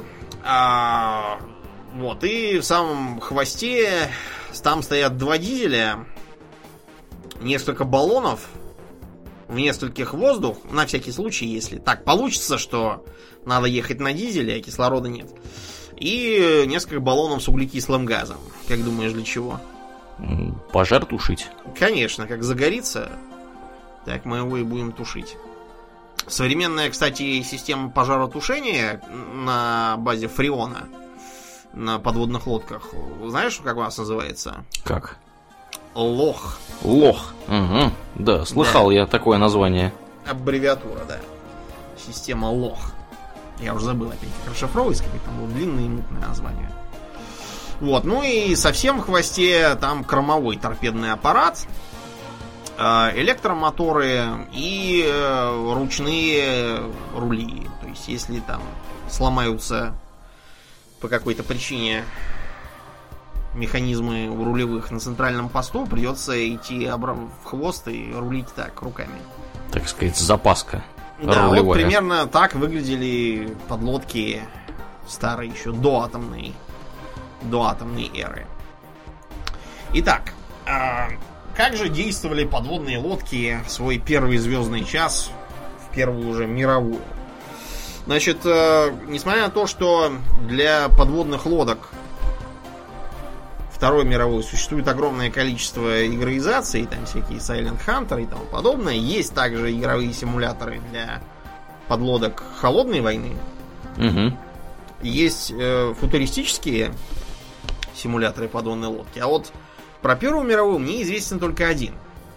Вот, и в самом хвосте там стоят 2 дизеля, несколько баллонов, в нескольких воздух, на всякий случай, если так получится, что надо ехать на дизеле, а кислорода нет. И несколько баллонов с углекислым газом. Как думаешь, для чего? Пожар тушить. Конечно, как загорится, так мы его и будем тушить. Современная, кстати, система пожаротушения на базе фреона на подводных лодках, знаешь, как у нас называется? Как? Лох. Лох. Угу. Да, слыхал Да. я такое название. Аббревиатура, да. Система Лох. Я уже забыл опять, как расшифровывается, какое там было длинное и мутное название. Вот, ну и совсем в хвосте там кормовой торпедный аппарат, электромоторы и ручные рули. То есть, если там сломаются по какой-то причине механизмы у рулевых на центральном посту, придется идти в хвост и рулить так, руками. Так сказать, запаска. Да, рулевая. вот примерно так выглядели подлодки старые, еще до атомной эры. Итак, как же действовали подводные лодки в свой первый звездный час, в первую уже мировую? Значит, несмотря на то, что для подводных лодок Второй мировой существует огромное количество игроизаций, там всякие Silent Hunter и тому подобное, есть также игровые симуляторы для подлодок холодной войны. Угу. Есть футуристические симуляторы подводной лодки. А вот про Первую мировую мне известен только один.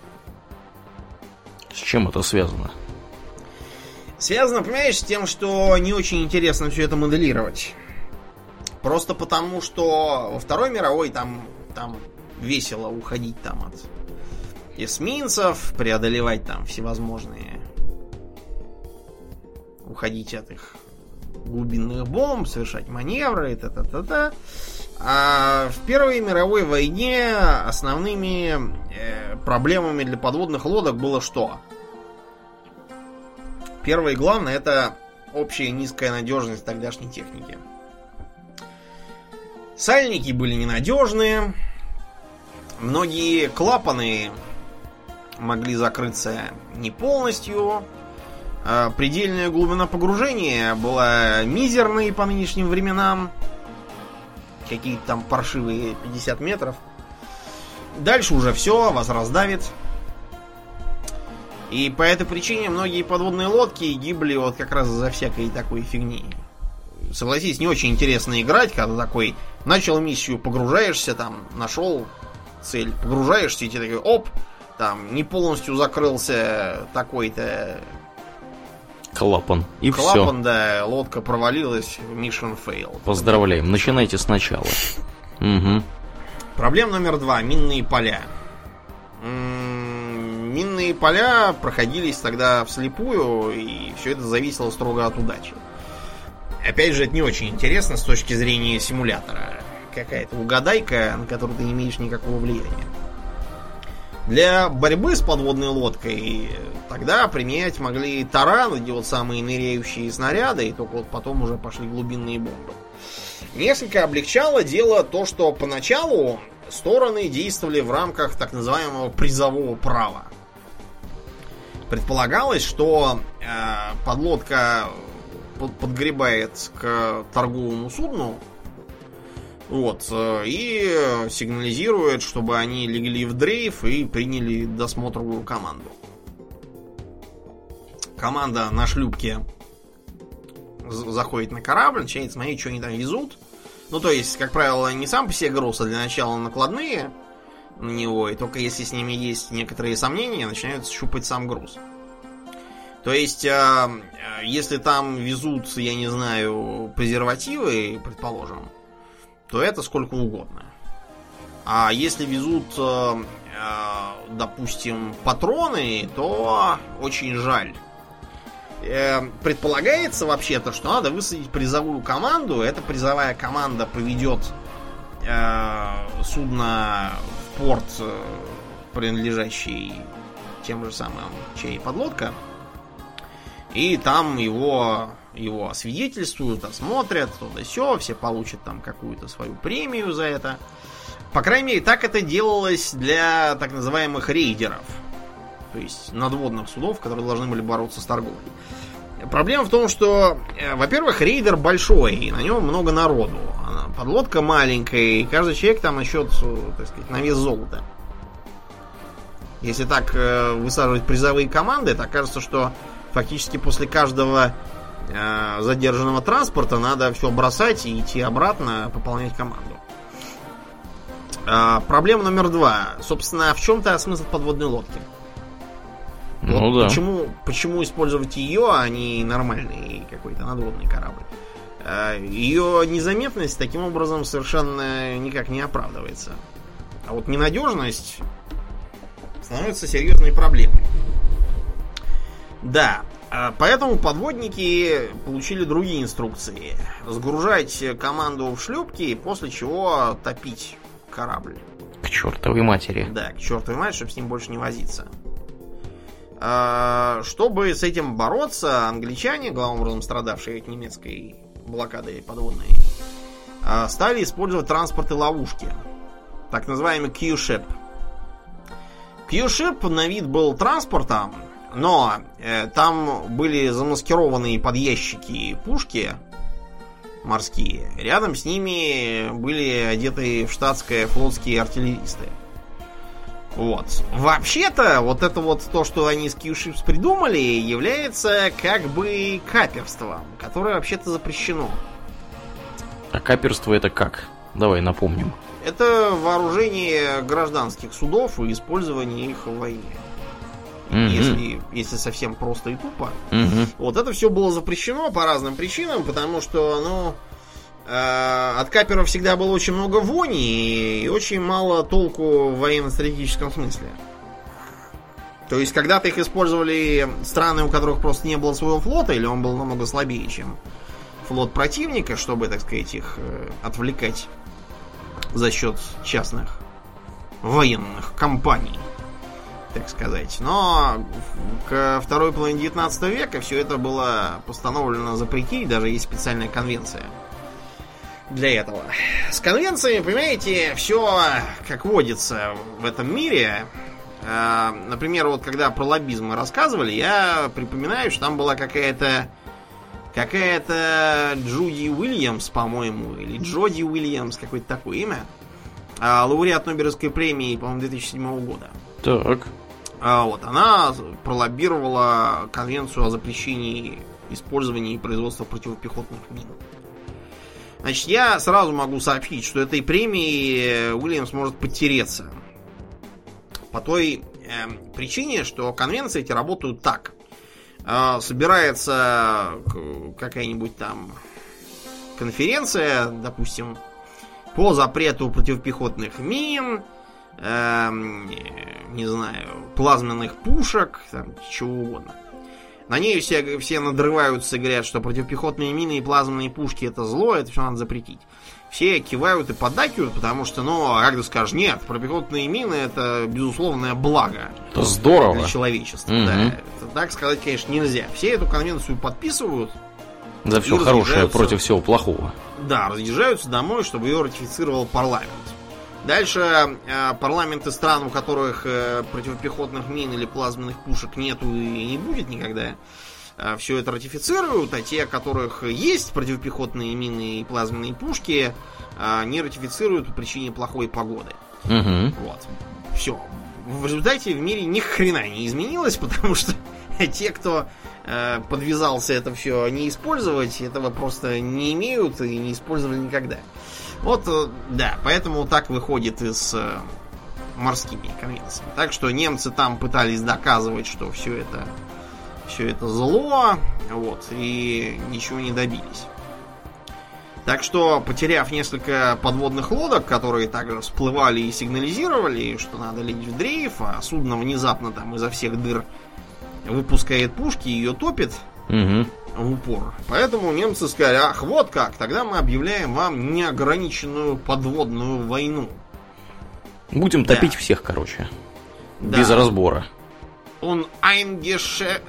С чем это связано? Связано, понимаешь, с тем, что не очень интересно все это моделировать. Просто потому, что во Второй мировой там весело уходить там от эсминцев, преодолевать там всевозможные... Уходить от их глубинных бомб, совершать маневры, та-та-та-та. А в Первой мировой войне основными проблемами для подводных лодок было что? Первое и главное — это общая низкая надежность тогдашней техники. Сальники были ненадежные, многие клапаны могли закрыться не полностью, предельная глубина погружения была мизерной по нынешним временам, какие-то там паршивые 50 метров. Дальше уже все, вас раздавит. И по этой причине многие подводные лодки гибли вот как раз за всякой такой фигни. Согласись, не очень интересно играть, когда такой начал миссию, погружаешься, там, нашел цель, погружаешься, и тебе такой, оп, там, не полностью закрылся такой-то клапан, и клапан, все. да, лодка провалилась, mission fail. Поздравляем, начинайте сначала. Угу. Проблема номер 2. Минные поля. Минные поля проходились тогда вслепую, и все это зависело строго от удачи. Опять же, это не очень интересно с точки зрения симулятора. Какая-то угадайка, на которую ты не имеешь никакого влияния. Для борьбы с подводной лодкой тогда применять могли тараны, где вот самые ныряющие снаряды, и только вот потом уже пошли глубинные бомбы. Несколько облегчало дело то, что поначалу стороны действовали в рамках так называемого призового права. Предполагалось, что подлодка подгребает к торговому судну, вот, и сигнализирует, чтобы они легли в дрейф и приняли досмотровую команду. Команда на шлюпке заходит на корабль, начинает смотреть, что они там везут. Ну, то есть, как правило, не сам по себе груз, а для начала накладные на него, и только если с ними есть некоторые сомнения, начинают щупать сам груз. То есть, если там везут, я не знаю, презервативы, предположим, то это сколько угодно. А если везут, допустим, патроны, то очень жаль. Предполагается вообще-то, что надо высадить призовую команду. Эта призовая команда поведет судно в порт, принадлежащий тем же самым, чей подлодка. И там его освидетельствуют, осмотрят, то да сё, все получат там какую-то свою премию за это. По крайней мере, так это делалось для так называемых рейдеров. То есть надводных судов, которые должны были бороться с торговлей. Проблема в том, что, во-первых, рейдер большой, и на нем много народу. Подлодка маленькая, и каждый человек там на счет, так сказать, на вес золота. Если так высаживать призовые команды, то кажется, что фактически после каждого задержанного транспорта надо все бросать и идти обратно, пополнять команду. Проблема номер 2. Собственно, в чем-то смысл подводной лодки? Ну вот да. почему использовать ее, а не нормальный какой-то надводный корабль? Ее незаметность таким образом совершенно никак не оправдывается. А вот ненадежность становится серьезной проблемой. Да, поэтому подводники получили другие инструкции. Сгружать команду в шлюпки, после чего топить корабль. К чертовой матери. Да, к чертовой матери, чтобы с ним больше не возиться. Чтобы с этим бороться, англичане, главным образом страдавшие от немецкой блокады подводной, стали использовать транспорты-ловушки. Так называемый Q-ship. Q-ship на вид был транспортом, но там были замаскированные под ящики пушки морские. Рядом с ними были одеты в штатское флотские артиллеристы. Вот. Вообще-то, вот это вот то, что они с Q-Ships придумали, является как бы каперством, которое вообще-то запрещено. А каперство это как? Давай напомним. Это вооружение гражданских судов и использование их в войне. Если совсем просто и тупо. Вот это все было запрещено по разным причинам, потому что, от каперов всегда было очень много вони и очень мало толку в военно-стратегическом смысле. То есть, когда-то их использовали страны, у которых просто не было своего флота, или он был намного слабее, чем флот противника, чтобы, так сказать, их отвлекать за счет частных военных компаний, так сказать. Но к второй половине 19 века все это было постановлено запретить, даже есть специальная конвенция для этого. С конвенциями, понимаете, все как водится в этом мире. Например, вот когда про лоббизм мы рассказывали, я припоминаю, что там была какая-то Джуди Уильямс, по-моему, или Джоди Уильямс, какое-то такое имя, лауреат Нобелевской премии, по-моему, 2007 года. Так. Вот, она пролоббировала конвенцию о запрещении использования и производства противопехотных мин. Значит, я сразу могу сообщить, что этой премией Уильямс может подтереться. По той причине, что конвенции эти работают так. Собирается какая-нибудь там конференция, допустим, по запрету противопехотных мин, не знаю, плазменных пушек, там, чего угодно. На ней все надрываются и говорят, что противопехотные мины и плазменные пушки это зло, это все надо запретить. Все кивают и поддакивают, потому что, как ты скажешь, нет, противопехотные мины это безусловное благо. Это здорово. Для человечества. Да. Это, так сказать, конечно, нельзя. Все эту конвенцию подписывают. За все хорошее против всего плохого. Да, разъезжаются домой, чтобы ее ратифицировал парламент. Дальше парламенты стран, у которых противопехотных мин или плазменных пушек нету и не будет никогда, все это ратифицируют, а те, у которых есть противопехотные мины и плазменные пушки, не ратифицируют по причине плохой погоды. Вот. Все. В результате в мире ни хрена не изменилось, потому что те, кто подвязался это все не использовать, этого просто не имеют и не использовали никогда. Вот, да, поэтому так выходит и с морскими конвенциями. Так что немцы там пытались доказывать, что все это зло, вот, и ничего не добились. Так что, потеряв несколько подводных лодок, которые также всплывали и сигнализировали, что надо лезть в дрейф, а судно внезапно там изо всех дыр выпускает пушки и ее топит в упор. Поэтому немцы сказали: ах, вот как, тогда мы объявляем вам неограниченную подводную войну. Будем топить всех, короче. Да. Без разбора. Eingeschränkter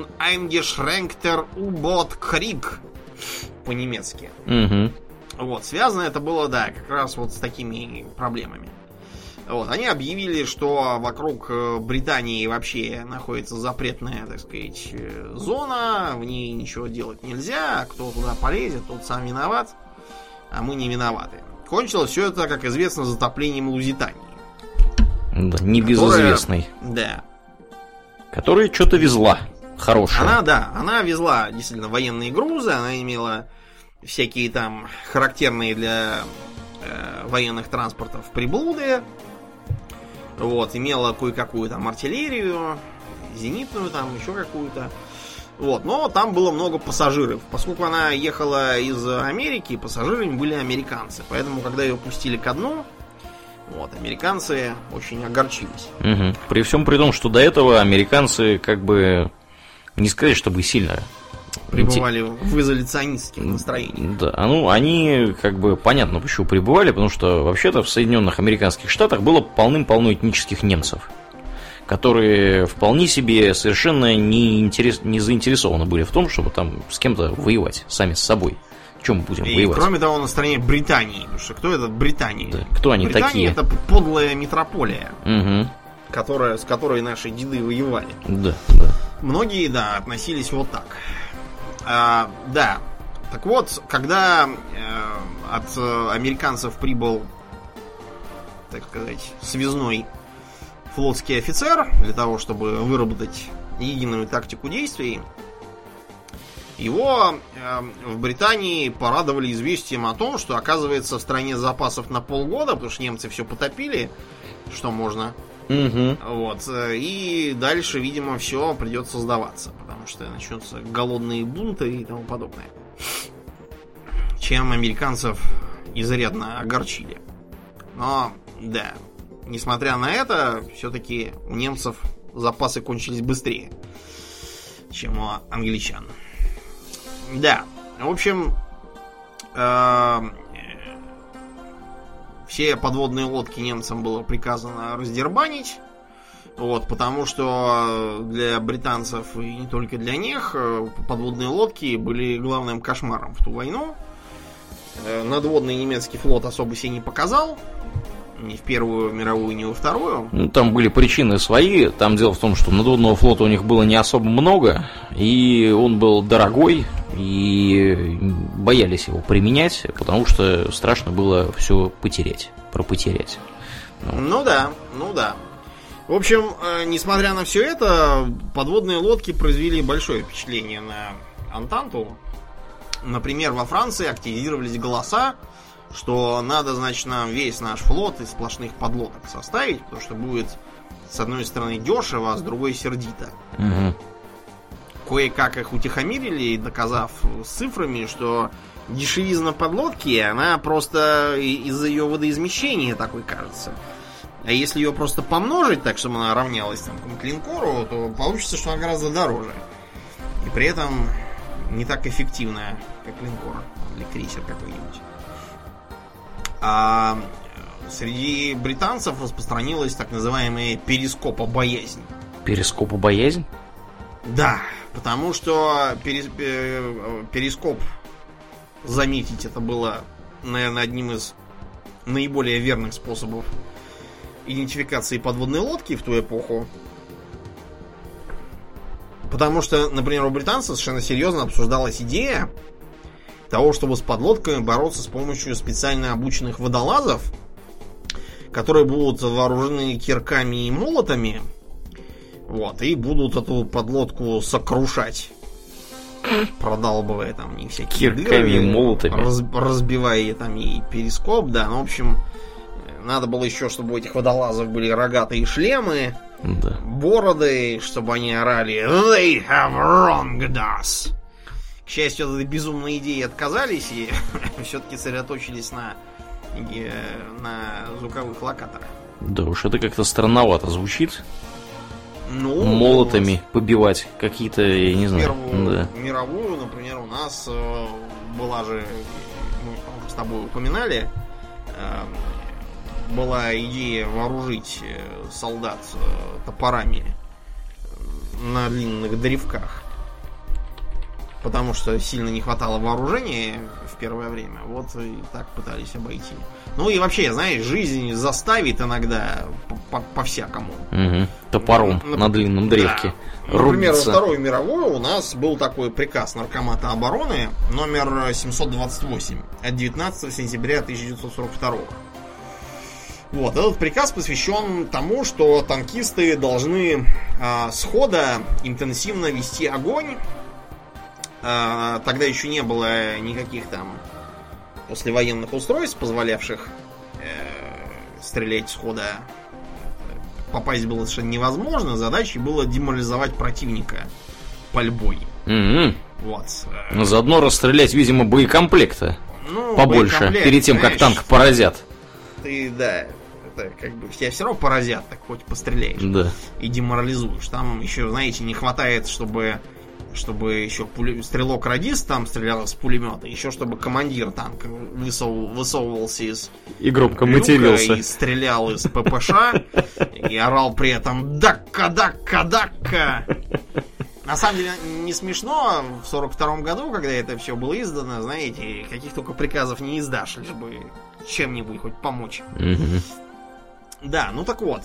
U-Boot-Krieg по-немецки. Вот, связано это было, да, как раз вот с такими проблемами. Вот, они объявили, что вокруг Британии вообще находится запретная, так сказать, зона, в ней ничего делать нельзя, кто туда полезет, тот сам виноват, а мы не виноваты. Кончилось все это, как известно, затоплением Лузитании. Да, небезызвестный. Да. Которая что-то везла. Хорошая. Она везла действительно военные грузы, она имела всякие там характерные для военных транспортов приблуды. Вот, имела кое-какую там артиллерию, зенитную там, еще какую-то. Вот, но там было много пассажиров. Поскольку она ехала из Америки, пассажирами были американцы. Поэтому, когда ее пустили ко дну, вот, американцы очень огорчились. При всем при том, что до этого американцы как бы не сказать, чтобы сильно пребывали в изоляционистских настроениях. Да, ну, они, как бы, понятно, почему пребывали, потому что, вообще-то, в Соединенных Американских Штатах было полным-полно этнических немцев, которые вполне себе совершенно не заинтересованы были в том, чтобы там с кем-то воевать, сами с собой. Чем мы будем воевать? Кроме того, на стороне Британии. Потому что кто это Британия? Да, кто они Британия такие? Это подлая метрополия, с которой наши деды воевали. Да. Многие, да, относились вот так. Да. Так вот, когда от американцев прибыл, так сказать, связной флотский офицер для того, чтобы выработать единую тактику действий, его в Британии порадовали известием о том, что, оказывается, в стране запасов на полгода, потому что немцы все потопили, что можно. Вот. И дальше, видимо, все придется сдаваться, потому что начнутся голодные бунты и тому подобное. Чем американцев изрядно огорчили. Но, да, несмотря на это, все-таки у немцев запасы кончились быстрее, чем у англичан. Да, в общем, все подводные лодки немцам было приказано раздербанить. Вот, потому что для британцев и не только для них подводные лодки были главным кошмаром в ту войну. Надводный немецкий флот особо себя не показал. Ни в Первую мировую, ни во Вторую. Ну, там были причины свои. Там дело в том, что надводного флота у них было не особо много. И он был дорогой. И боялись его применять, потому что страшно было все пропотерять. Ну да. В общем, несмотря на все это, подводные лодки произвели большое впечатление на Антанту. Например, во Франции активизировались голоса, что надо, значит, нам весь наш флот из сплошных подлодок составить, потому что будет, с одной стороны, дешево, а с другой сердито. Кое-как их утихомирили, доказав с цифрами, что дешевизна подлодки, она просто из-за ее водоизмещения такой кажется. А если ее просто помножить так, чтобы она равнялась там к линкору, то получится, что она гораздо дороже. И при этом не так эффективная, как линкор или крейсер какой-нибудь. А среди британцев распространилась так называемая перископобоязнь. Перископобоязнь? Да, потому что перископ заметить это было, наверное, одним из наиболее верных способов идентификации подводной лодки в ту эпоху. Потому что, например, у британцев совершенно серьезно обсуждалась идея того, чтобы с подлодками бороться с помощью специально обученных водолазов, которые будут вооружены кирками и молотами, вот, и будут эту подлодку сокрушать, продалбывая там не всякие кирками дыры, и молотами, разбивая там ей перископ, да, ну, в общем, надо было еще, чтобы у этих водолазов были рогатые шлемы, бороды, чтобы они орали "They have wronged us". К счастью, от этой безумной идеи отказались и все-таки сосредоточились на звуковых локаторах. Да уж, это как-то странновато звучит. Ну, молотами побивать какие-то, я не знаю. Первую мировую, например, у нас была же, мы с тобой упоминали, была идея вооружить солдат топорами на длинных древках. Потому что сильно не хватало вооружения в первое время. Вот и так пытались обойти. Ну и вообще, знаешь, жизнь заставит иногда по-всякому. Угу. Топором на длинном древке. Да. Например, во Вторую мировую у нас был такой приказ Наркомата обороны номер 728 от 19 сентября 1942. Вот, этот приказ посвящен тому, что танкисты должны схода интенсивно вести огонь. Тогда еще не было никаких там послевоенных устройств, позволявших стрелять схода. Попасть было совершенно невозможно. Задачей было деморализовать противника пальбой. Mm-hmm. Вот. Заодно расстрелять, видимо, боекомплекта побольше, перед тем, как танк поразят. Ты, да, это как бы тебя все равно поразят, так хоть постреляешь. Да. И деморализуешь. Там еще, знаете, не хватает, чтобы еще стрелок-радист там стрелял с пулемета, еще чтобы командир танка высовывался из и громко люка матерился и стрелял из ППШ и орал при этом «Дакка-дакка-дакка». На самом деле не смешно. В 42-м году, когда это все было издано, знаете, каких только приказов не издашь, лишь бы чем-нибудь хоть помочь. Да, ну так вот.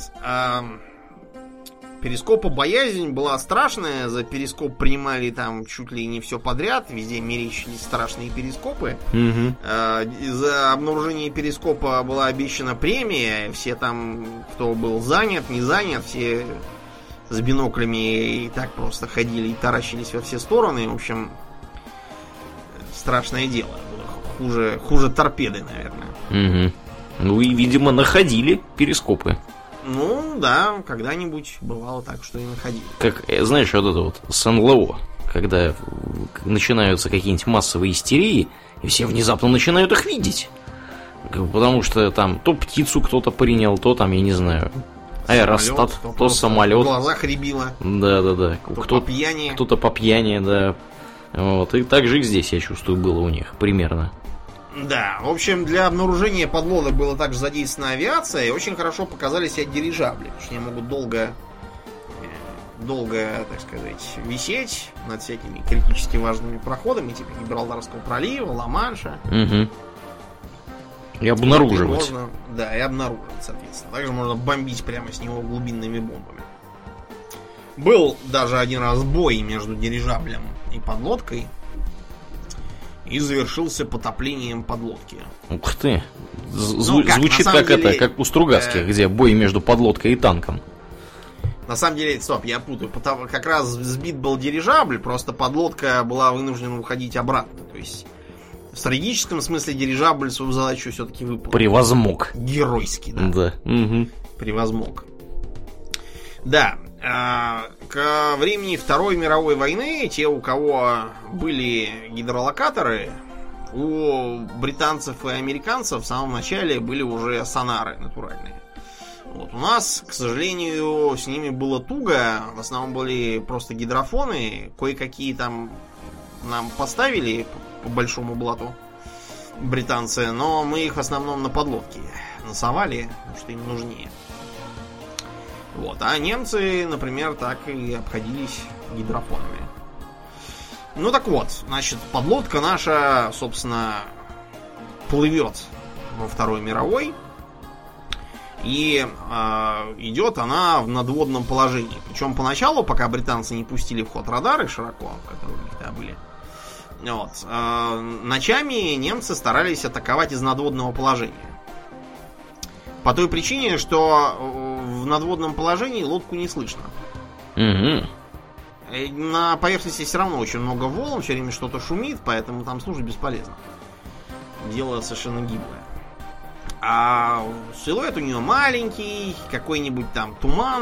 Перископа-боязнь была страшная. За перископ принимали там чуть ли не все подряд. Везде мерещились страшные перископы. За обнаружение перископа была обещана премия. Все там, кто был занят, не занят, все с биноклями и так просто ходили и таращились во все стороны. В общем, страшное дело. Хуже торпеды, наверное. Ну и, видимо, находили перископы. Ну, да, когда-нибудь бывало так, что и находили. Как, знаешь, вот это вот с НЛО, когда начинаются какие-нибудь массовые истерии, и все внезапно начинают их видеть. Потому что там то птицу кто-то принял, то там, я не знаю, аэростат, то самолет. В глазах рябило. Да. Кто-то по пьяни, да. Вот. И так же и здесь, я чувствую, было у них примерно. Да, в общем, для обнаружения подлодок была также задействована авиация, и очень хорошо показали себя дирижабли, потому что они могут долго, так сказать, висеть над всякими критически важными проходами, типа Гибралтарского пролива, Ла-Манша. И обнаруживать. И обнаруживать, соответственно. Также можно бомбить прямо с него глубинными бомбами. Был даже один раз бой между дирижаблем и подлодкой. И завершился потоплением подлодки. Ух ты. Звучит как деле, это, как у Стругацких, где бой между подлодкой и танком. На самом деле, стоп, я путаю. Как раз сбит был дирижабль, просто подлодка была вынуждена уходить обратно. То есть, в стратегическом смысле дирижабль свою задачу все-таки выполнил. Превозмог. Геройски, да. Превозмог. Да. К времени Второй мировой войны те, у кого были гидролокаторы, у британцев и американцев в самом начале были уже сонары натуральные. Вот. У нас, к сожалению, с ними было туго. В основном были просто гидрофоны. Кое-какие там нам поставили по большому блату британцы, но мы их в основном на подлодке носовали, потому что им нужнее. Вот. А немцы, например, так и обходились гидрофонами. Ну так вот, значит, подлодка наша, собственно, плывет во Второй мировой. И идет она в надводном положении. Причем поначалу, пока британцы не пустили в ход радары широко, которые у них тогда были, вот, ночами немцы старались атаковать из надводного положения. По той причине, что в надводном положении лодку не слышно. На поверхности все равно очень много волн, все время что-то шумит, поэтому там слушать бесполезно. Дело совершенно гиблое. А силуэт у нее маленький, какой-нибудь там туман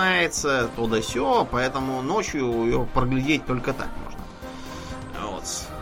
поднимается, то да сё, поэтому ночью ее проглядеть только так можно. Вот.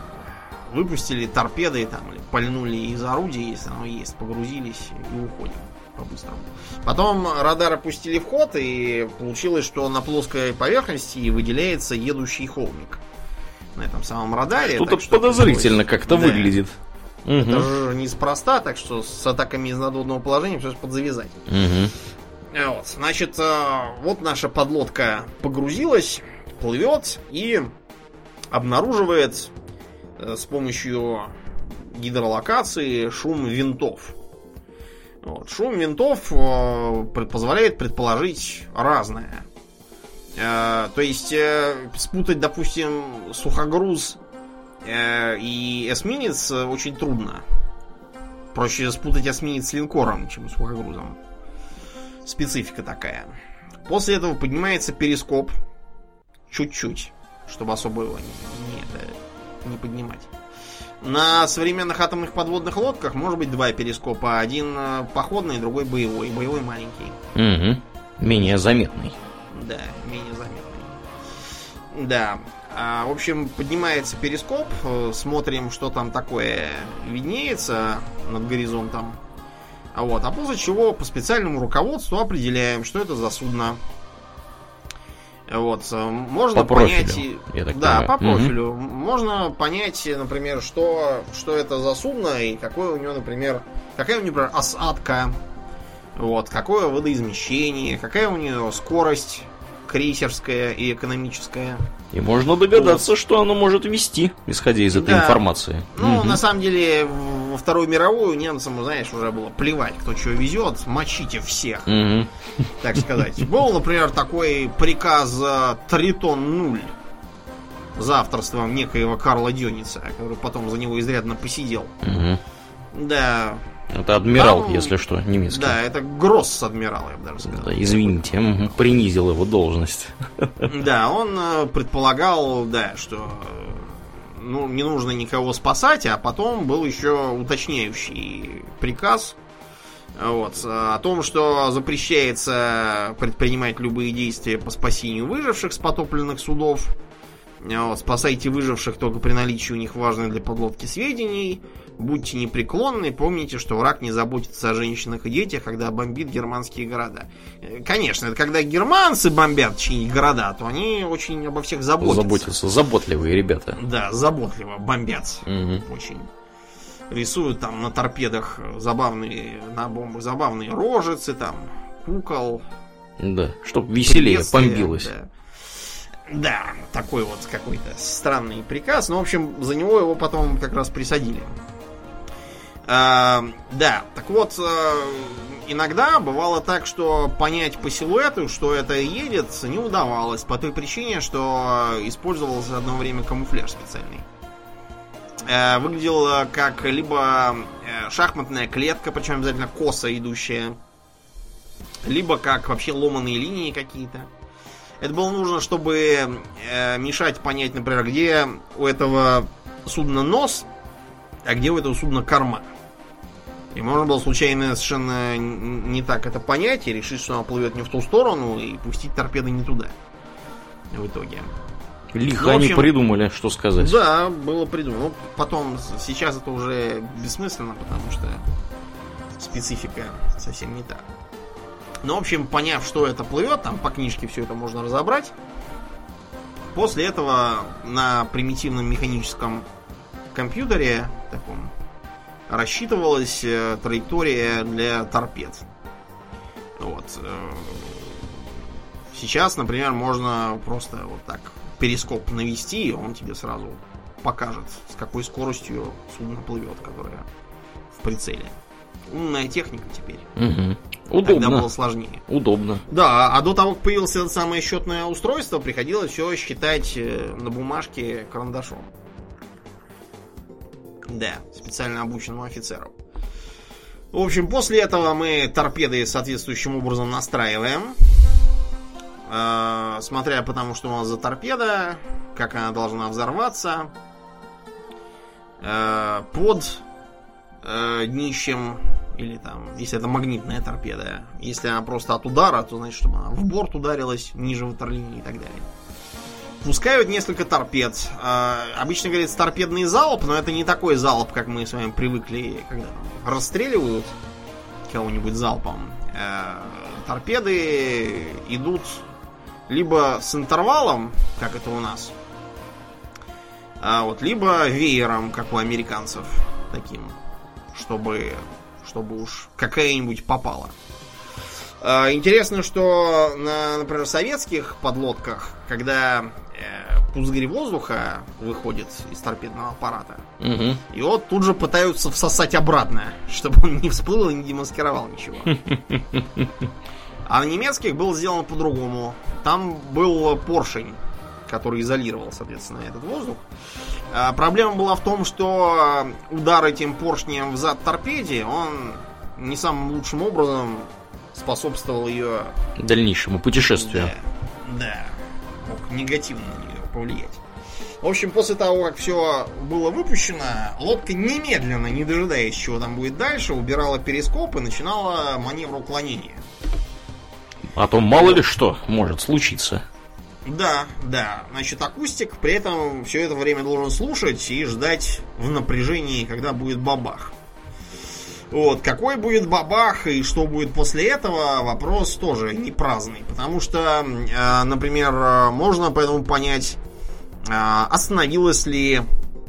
выпустили торпеды там, или пальнули из орудия, если оно есть, погрузились и уходим по-быстрому. Потом радар опустили в ход, и получилось, что на плоской поверхности выделяется едущий холмик на этом самом радаре. Что-то подозрительно как-то выглядит. Это же неспроста, так что с атаками из надводного положения пришлось подзавязать. Вот, значит, вот наша подлодка погрузилась, плывет и обнаруживает с помощью гидролокации шум винтов. Вот. Шум винтов позволяет предположить разное. То есть спутать, допустим, сухогруз и эсминец очень трудно. Проще спутать эсминец с линкором, чем с сухогрузом. Специфика такая. После этого поднимается перископ чуть-чуть, чтобы особо его не поднимать. На современных атомных подводных лодках может быть два перископа. Один походный, другой боевой. Боевой маленький. Менее заметный. Да, менее заметный. Да. В общем, поднимается перископ, смотрим, что там такое виднеется над горизонтом. Вот. А после чего по специальному руководству определяем, что это за судно. Вот. Можно по понять... профилю, я так да, понимаю. по профилю. Можно понять, например, что это за судно и какое у него, например, какая у него, например, осадка, вот, какое водоизмещение, какая у нее скорость крейсерская и экономическая. И можно догадаться, что оно может вести, исходя из этой информации. Ну, на самом деле, во Вторую мировую немцам, знаешь, уже было плевать, кто чего везет, мочите всех, так сказать. Был, например, такой приказ Тритон-0 за авторством некоего Карла Дёница, который потом за него изрядно посидел. Да. Это адмирал, там, если что, немецкий. Да, это гросс-адмирал, я бы даже сказал. Да, извините, принизил его должность. Да, он предполагал, да, что не нужно никого спасать, а потом был еще уточняющий приказ вот, о том, что запрещается предпринимать любые действия по спасению выживших с потопленных судов. Вот, спасайте выживших только при наличии у них важных для подлодки сведений. Будьте непреклонны, помните, что враг не заботится о женщинах и детях, когда бомбит германские города. Конечно, это когда германцы бомбят чьи-нибудь города, то они очень обо всех заботятся. Заботливые ребята. Да, заботливо бомбят. Очень. Рисуют там на торпедах забавные, на бомбах забавные рожицы, там, кукол. Да, чтоб веселее бомбилось. Да. Да, такой вот какой-то странный приказ. Ну, в общем, за него его потом как раз присадили. Да, так вот, иногда бывало так, что понять по силуэту, что это едет, не удавалось. По той причине, что использовался одно время камуфляж специальный. Выглядел как либо шахматная клетка, причем обязательно косо идущая, либо как вообще ломаные линии какие-то. Это было нужно, чтобы мешать понять, например, где у этого судна нос, а где у этого судна корма. И можно было случайно совершенно не так это понять и решить, что она плывет не в ту сторону и пустить торпеды не туда. В итоге. Лихо они придумали, что сказать. Да, было придумано. Ну, потом, сейчас это уже бессмысленно, потому что специфика совсем не та. Ну, в общем, поняв, что это плывет, там по книжке все это можно разобрать. После этого на примитивном механическом компьютере таком рассчитывалась траектория для торпед. Вот. Сейчас, например, можно просто вот так перископ навести, и он тебе сразу покажет, с какой скоростью судно плывет, которое в прицеле. Умная техника теперь. Удобно. Тогда было сложнее. Удобно. Да, а до того, как появилось это самое счетное устройство, приходилось все считать на бумажке карандашом. Да, специально обученному офицеру. В общем, после этого мы торпеды соответствующим образом настраиваем. Смотря по тому, что у нас за торпеда, как она должна взорваться. Под днищем, или там, если это магнитная торпеда. Если она просто от удара, то значит, чтобы она в борт ударилась, ниже ватерлинии и так далее. Пускают несколько торпед. Обычно говорится торпедный залп, но это не такой залп, как мы с вами привыкли, когда там расстреливают кого-нибудь залпом. Торпеды идут либо с интервалом, как это у нас, либо веером, как у американцев, таким, чтобы уж какая-нибудь попала. Интересно, что на, например, советских подлодках, когда пузырь воздуха выходит из торпедного аппарата, и вот тут же пытаются всосать обратно, чтобы он не всплыл и не демаскировал ничего. А в немецких было сделано по-другому. Там был поршень, который изолировал, соответственно, этот воздух. Проблема была в том, что удар этим поршнем в зад торпеде, он не самым лучшим образом способствовал ее дальнейшему путешествию. Да, мог негативно на нее повлиять. В общем, после того, как все было выпущено, лодка немедленно, не дожидаясь, чего там будет дальше, убирала перископ и начинала маневр уклонения. А то мало ли что может случиться. Да. Значит, акустик при этом все это время должен слушать и ждать в напряжении, когда будет бабах. Вот, какой будет бабах и что будет после этого, вопрос тоже не праздный. Потому что, например, можно поэтому понять, остановилась ли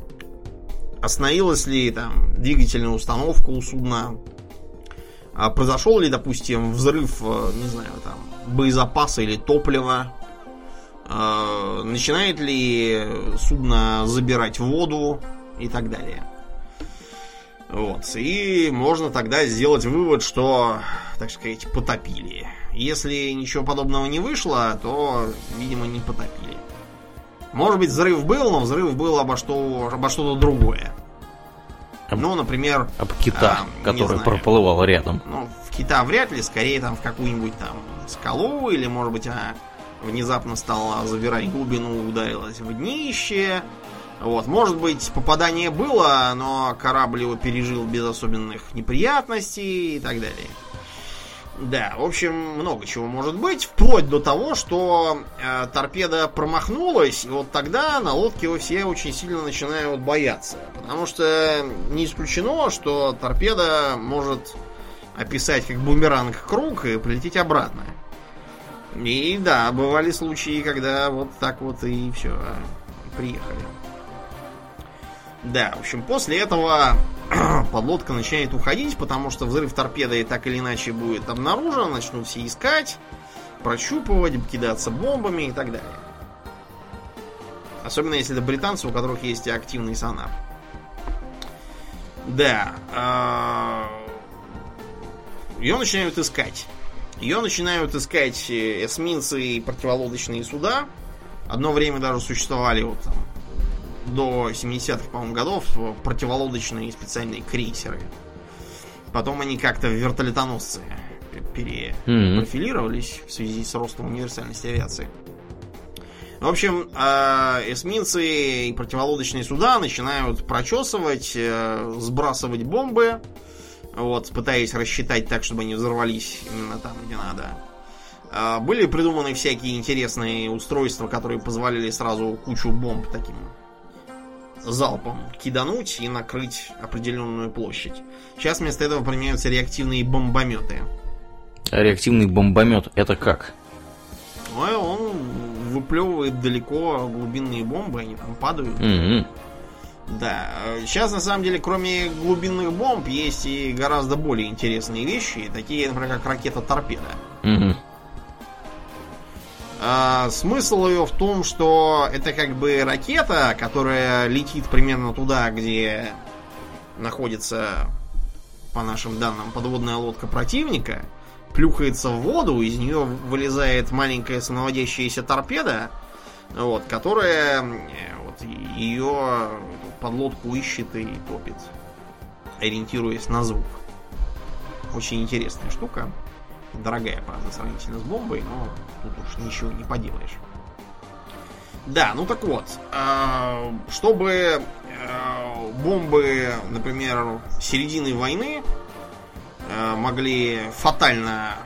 там двигательная установка у судна, произошел ли, допустим, взрыв, не знаю, там, боезапаса или топлива, начинает ли судно забирать воду и так далее. Вот. И можно тогда сделать вывод, что, так сказать, потопили. Если ничего подобного не вышло, то, видимо, не потопили. Может быть, взрыв был, но взрыв был обо что-то другое. Ну, например... Об кита, который проплывал рядом. Ну, в кита вряд ли, скорее там в какую-нибудь там скалу, или, может быть, она внезапно стала забирать глубину, ударилась в днище. Вот, может быть, попадание было, но корабль его пережил без особенных неприятностей и так далее. Да, в общем, много чего может быть, вплоть до того, что торпеда промахнулась, и вот тогда на лодке все очень сильно начинают бояться. Потому что не исключено, что торпеда может описать как бумеранг круг и полететь обратно. И да, бывали случаи, когда вот так вот и все, приехали. Да, в общем, после этого подлодка начинает уходить, потому что взрыв торпеды так или иначе будет обнаружен, начнут все искать, прощупывать, кидаться бомбами и так далее. Особенно если это британцы, у которых есть активный сонар. Да. Ее начинают искать. Ее начинают искать эсминцы и противолодочные суда. Одно время даже существовали вот там до 70-х, по-моему, годов противолодочные специальные крейсеры. Потом они как-то в вертолетоносцы перепрофилировались в связи с ростом универсальности авиации. В общем, эсминцы и противолодочные суда начинают прочесывать, сбрасывать бомбы, вот, пытаясь рассчитать так, чтобы они взорвались именно там, где надо. Были придуманы всякие интересные устройства, которые позволяли сразу кучу бомб таким залпом кидануть и накрыть определенную площадь. Сейчас вместо этого применяются реактивные бомбометы. А реактивный бомбомет это как? Он выплевывает далеко глубинные бомбы, они там падают. Да. Сейчас, на самом деле, кроме глубинных бомб, есть и гораздо более интересные вещи, такие, например, как ракета-торпеда. Смысл ее в том, что это как бы ракета, которая летит примерно туда, где находится, по нашим данным, подводная лодка противника, плюхается в воду, из нее вылезает маленькая самонаводящаяся торпеда, вот, которая вот, ее подлодку ищет и топит, ориентируясь на звук. Очень интересная штука. Дорогая, правда, сравнительно с бомбой, но тут уж ничего не поделаешь. Да, ну так вот, чтобы бомбы, например, середины войны могли фатально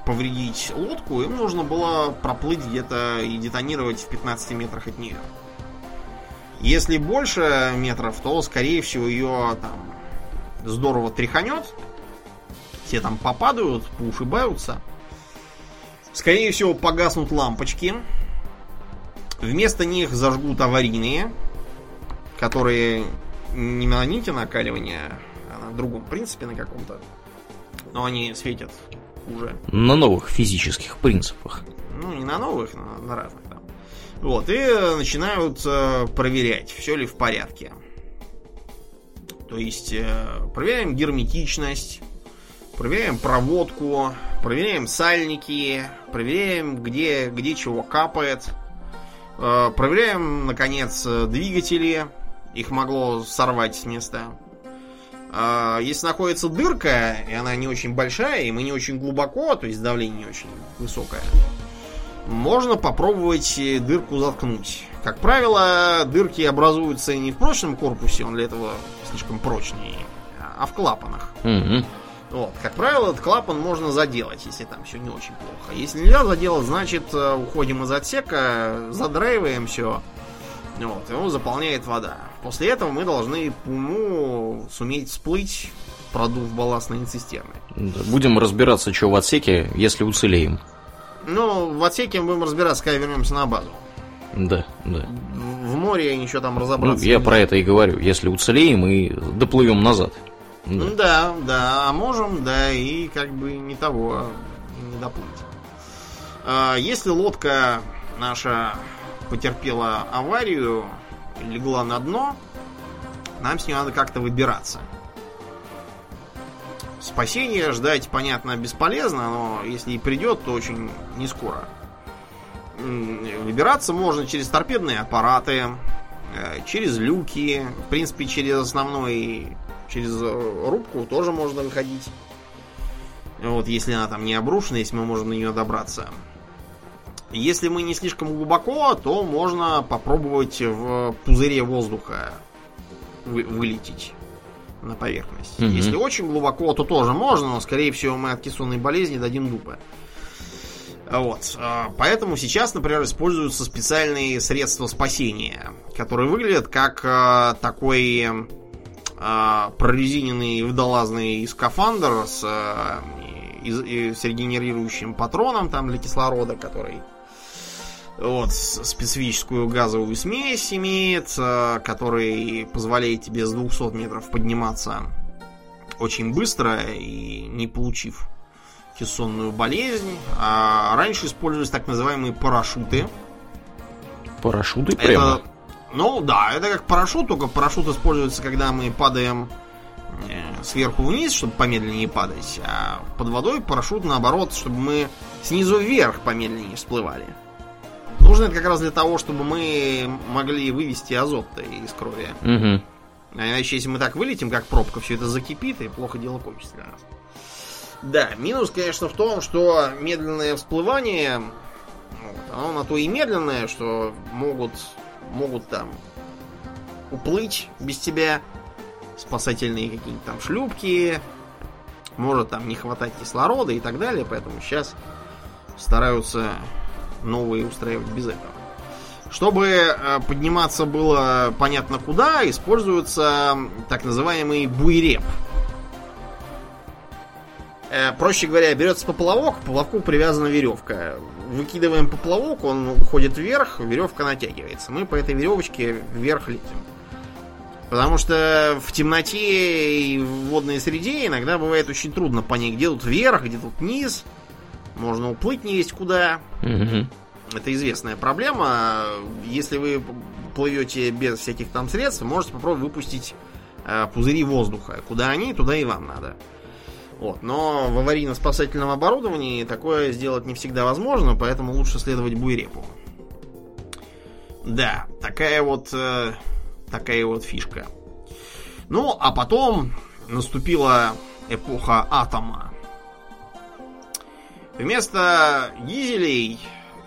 повредить лодку, им нужно было проплыть где-то и детонировать в 15 метрах от нее. Если больше метров, то, скорее всего, ее там здорово тряханет. Все там попадают, поушибаются. Скорее всего, погаснут лампочки. Вместо них зажгут аварийные, которые не на нити накаливания, а на другом принципе, на каком-то. Но они светят уже. На новых физических принципах. Ну, не на новых, на разных там. Вот, и начинают проверять, все ли в порядке. То есть, проверяем герметичность, проверяем проводку, проверяем сальники, проверяем, где чего капает. Проверяем, наконец, двигатели. Их могло сорвать с места. Если находится дырка, и она не очень большая, и мы не очень глубоко, то есть давление не очень высокое, можно попробовать дырку заткнуть. Как правило, дырки образуются не в прочном корпусе, он для этого слишком прочный, а в клапанах. Угу. Вот. Как правило, этот клапан можно заделать, если там все не очень плохо. Если нельзя заделать, значит, уходим из отсека, задраиваем все. Вот, его заполняет вода. После этого мы должны по уму суметь всплыть, продув балластные цистерны. Да, будем разбираться, что в отсеке, если уцелеем. Ну, в отсеке мы будем разбираться, когда вернемся на базу. Да. В море ничего там разобраться. Ну, я про это и говорю. Если уцелеем и доплывем назад. Да, а можем, да, и как бы не того, не доплыть. Если лодка наша потерпела аварию, легла на дно, нам с нее надо как-то выбираться. Спасение ждать, понятно, бесполезно, но если и придет, то очень не скоро. Выбираться можно через торпедные аппараты, через люки, в принципе, через рубку тоже можно выходить. Вот, если она там не обрушена, если мы можем на нее добраться. Если мы не слишком глубоко, то можно попробовать в пузыре воздуха вылететь на поверхность. Угу. Если очень глубоко, то тоже можно, но, скорее всего, мы от кессонной болезни дадим дупа. Вот. Поэтому сейчас, например, используются специальные средства спасения, которые выглядят как такой прорезиненный водолазный скафандр с регенерирующим патроном там для кислорода, который вот специфическую газовую смесь имеет, который позволяет тебе с 200 метров подниматься очень быстро и не получив кессонную болезнь. А раньше использовались так называемые парашюты. Парашюты прямо? Ну да, это как парашют, только парашют используется, когда мы падаем сверху вниз, чтобы помедленнее падать, а под водой парашют наоборот, чтобы мы снизу вверх помедленнее всплывали. Нужно это как раз для того, чтобы мы могли вывести азот-то из крови. Угу. А иначе, если мы так вылетим, как пробка, все это закипит, и плохо дело кончится для нас. Да, минус, конечно, в том, что медленное всплывание, оно на то и медленное, что могут там уплыть без тебя спасательные какие-нибудь там шлюпки, может там не хватать кислорода и так далее, поэтому сейчас стараются новые устраивать без этого. Чтобы подниматься было понятно куда, используется так называемый буйреп. Проще говоря, берется поплавок, к поплавку привязана веревка. Выкидываем поплавок, он уходит вверх, веревка натягивается. Мы по этой веревочке вверх летим. Потому что в темноте и в водной среде иногда бывает очень трудно понять, где тут вверх, где тут низ. Можно уплыть не весть куда. Угу. Это известная проблема. Если вы плывете без всяких там средств, можете попробовать выпустить пузыри воздуха. Куда они, туда и вам надо. Вот. Но в аварийно-спасательном оборудовании такое сделать не всегда возможно, поэтому лучше следовать буйрепу. Да, такая вот фишка. Ну, а потом наступила эпоха атома. Вместо дизелей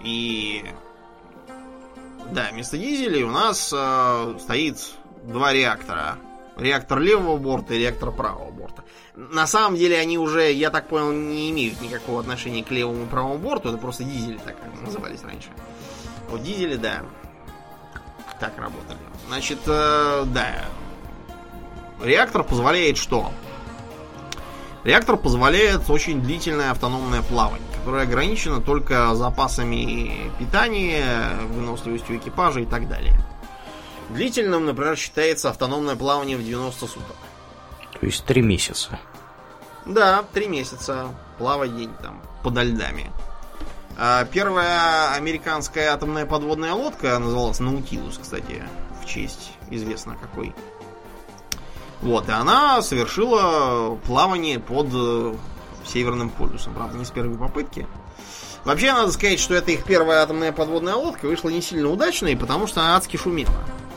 у нас стоит два реактора. Реактор левого борта и реактор правого борта. На самом деле они уже, я так понял, не имеют никакого отношения к левому и правому борту. Это просто дизели так назывались раньше. Вот дизели, да, так работали. Значит, да. Реактор позволяет что? Реактор позволяет очень длительное автономное плавание, которое ограничено только запасами питания, выносливостью экипажа и так далее. Длительным, например, считается автономное плавание в 90 суток. То есть 3 месяца. Да, 3 месяца плавать день там подо льдами. Первая американская атомная подводная лодка называлась Наутилус, кстати, в честь известно какой. Вот, и она совершила плавание под Северным полюсом. Правда, не с первой попытки. Вообще, надо сказать, что это их первая атомная подводная лодка вышла не сильно удачной, потому что она адски шумела.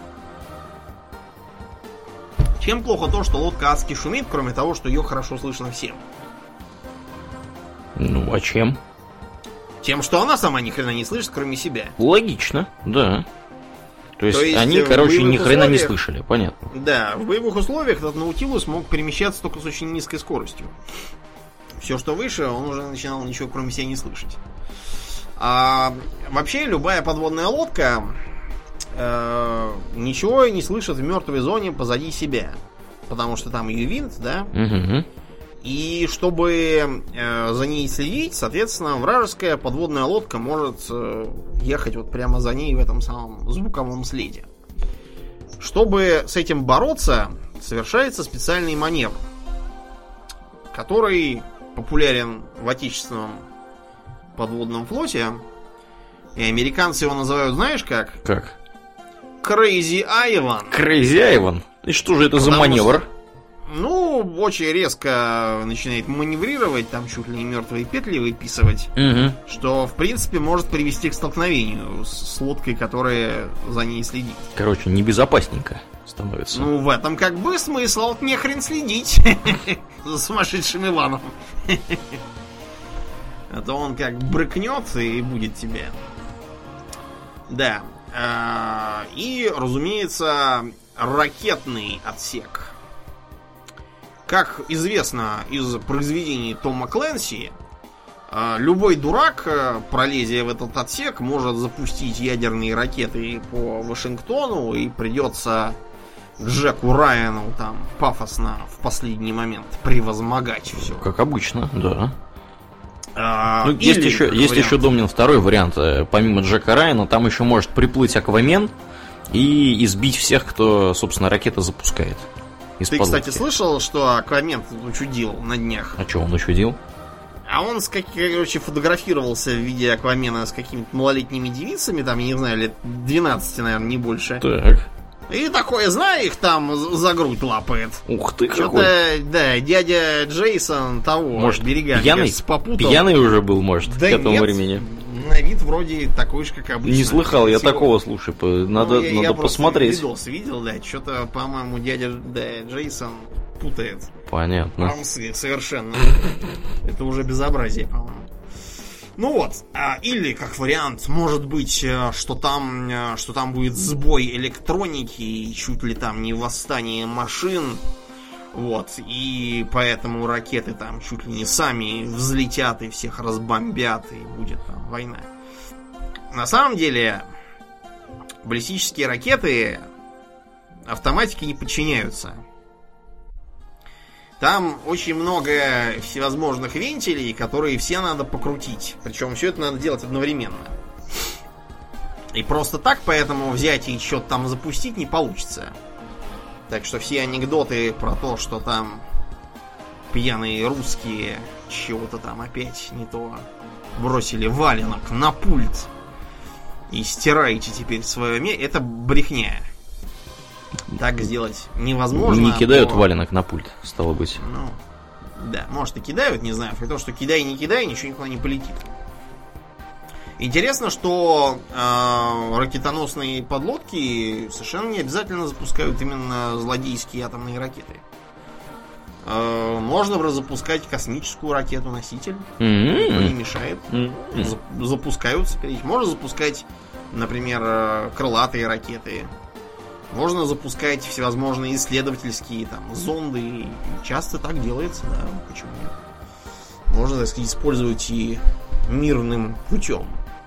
Чем плохо то, что лодка адски шумит, кроме того, что ее хорошо слышно всем? Ну, а чем? Тем, что она сама ни хрена не слышит, кроме себя. Логично, да. То есть они, короче, ни хрена не слышали, понятно. Да, в боевых условиях этот Наутилус мог перемещаться только с очень низкой скоростью. Все, что выше, он уже начинал ничего кроме себя не слышать. Вообще, любая подводная лодка ничего не слышит в мертвой зоне позади себя. Потому что там ее винт, да? Угу. И чтобы за ней следить, соответственно, вражеская подводная лодка может ехать вот прямо за ней в этом самом звуковом следе. Чтобы с этим бороться, совершается специальный маневр, который популярен в отечественном подводном флоте. И американцы его называют, знаешь как? Как? Crazy Ivan. Crazy Ivan? И что же это за маневр? Ну, очень резко начинает маневрировать, там чуть ли не мертвые петли выписывать, что, в принципе, может привести к столкновению с лодкой, которая за ней следит. Короче, небезопасненько становится. Ну, в этом как бы смысл, вот не хрен следить за сумасшедшим Иваном. А то он как брыкнет и будет тебе. Да. И, разумеется, ракетный отсек. Как известно из произведений Тома Клэнси, любой дурак, пролезя в этот отсек, может запустить ядерные ракеты по Вашингтону, и придется Джеку Райану там пафосно в последний момент превозмогать все. Как обычно, да. Есть еще, Домнин, второй вариант. Помимо Джека Райана, там еще может приплыть Аквамен и избить всех, кто, собственно, ракеты запускает. Ты, кстати, слышал, что Аквамен учудил на днях? А что он учудил? А он, короче, фотографировался в виде Аквамена с какими-то малолетними девицами, там, я не знаю, лет 12, наверное, не больше. Так. И такое, знаю, их там за грудь лапает. Ух ты, что-то, какой. Да, дядя Джейсон того, может, берегами пьяный уже был, может, да к этому нет, времени. На вид вроде такой же, как обычно. Не слыхал я такого, слушай, надо посмотреть. Я видос видел, да, что-то, по-моему, дядя Джейсон путает. Понятно. Пансы совершенно. Это уже безобразие, по-моему. Ну вот, или, как вариант, может быть, что там будет сбой электроники, и чуть ли там не восстание машин, вот, и поэтому ракеты там чуть ли не сами взлетят и всех разбомбят, и будет там война. На самом деле, баллистические ракеты автоматике не подчиняются. Там очень много всевозможных вентилей, которые все надо покрутить. Причем все это надо делать одновременно. И просто так, поэтому взять и что-то там запустить не получится. Так что все анекдоты про то, что там пьяные русские чего-то там опять не то бросили валенок на пульт и стираете теперь свое место, это брехня. Так сделать невозможно. Не кидают валенок на пульт, стало быть. Ну, да, может и кидают, не знаю. При том, что кидай, не кидай, ничего никуда не полетит. Интересно, что ракетоносные подлодки совершенно не обязательно запускают именно злодейские атомные ракеты. Можно запускать космическую ракету-носитель. Никто не мешает. Запускаются. Можно запускать, например, крылатые ракеты. Можно запускать всевозможные исследовательские там зонды. И часто так делается, да, почему нет. Можно, так сказать, использовать и мирным путем.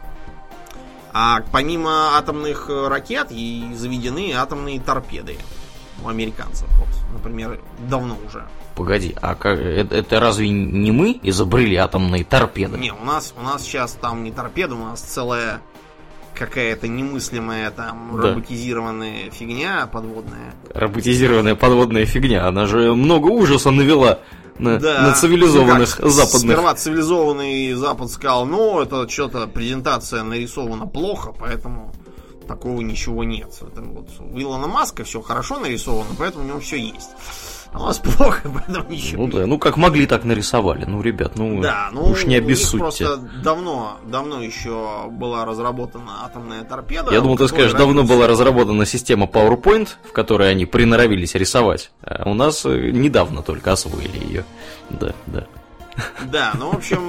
А помимо атомных ракет и заведены атомные торпеды у американцев. Вот, например, давно уже. Погоди, а как, это разве не мы изобрели атомные торпеды? Не, у нас сейчас там не торпеда, у нас целая какая-то немыслимая там роботизированная фигня подводная. Роботизированная подводная фигня, она же много ужаса навела на цивилизованных западных. Сперва цивилизованный Запад сказал, ну, это что-то презентация нарисована плохо, поэтому такого ничего нет. Это вот у Илона Маска все хорошо нарисовано, поэтому у него все есть. А у нас плохо, поэтому ничего нет. Да, ну как могли, так нарисовали. Ну, ребят, уж не обессудьте. Просто давно еще была разработана атомная торпеда. Я думал, ты скажешь, давно была разработана система PowerPoint, в которой они приноровились рисовать. А у нас недавно только освоили ее. Да. Да, ну, в общем,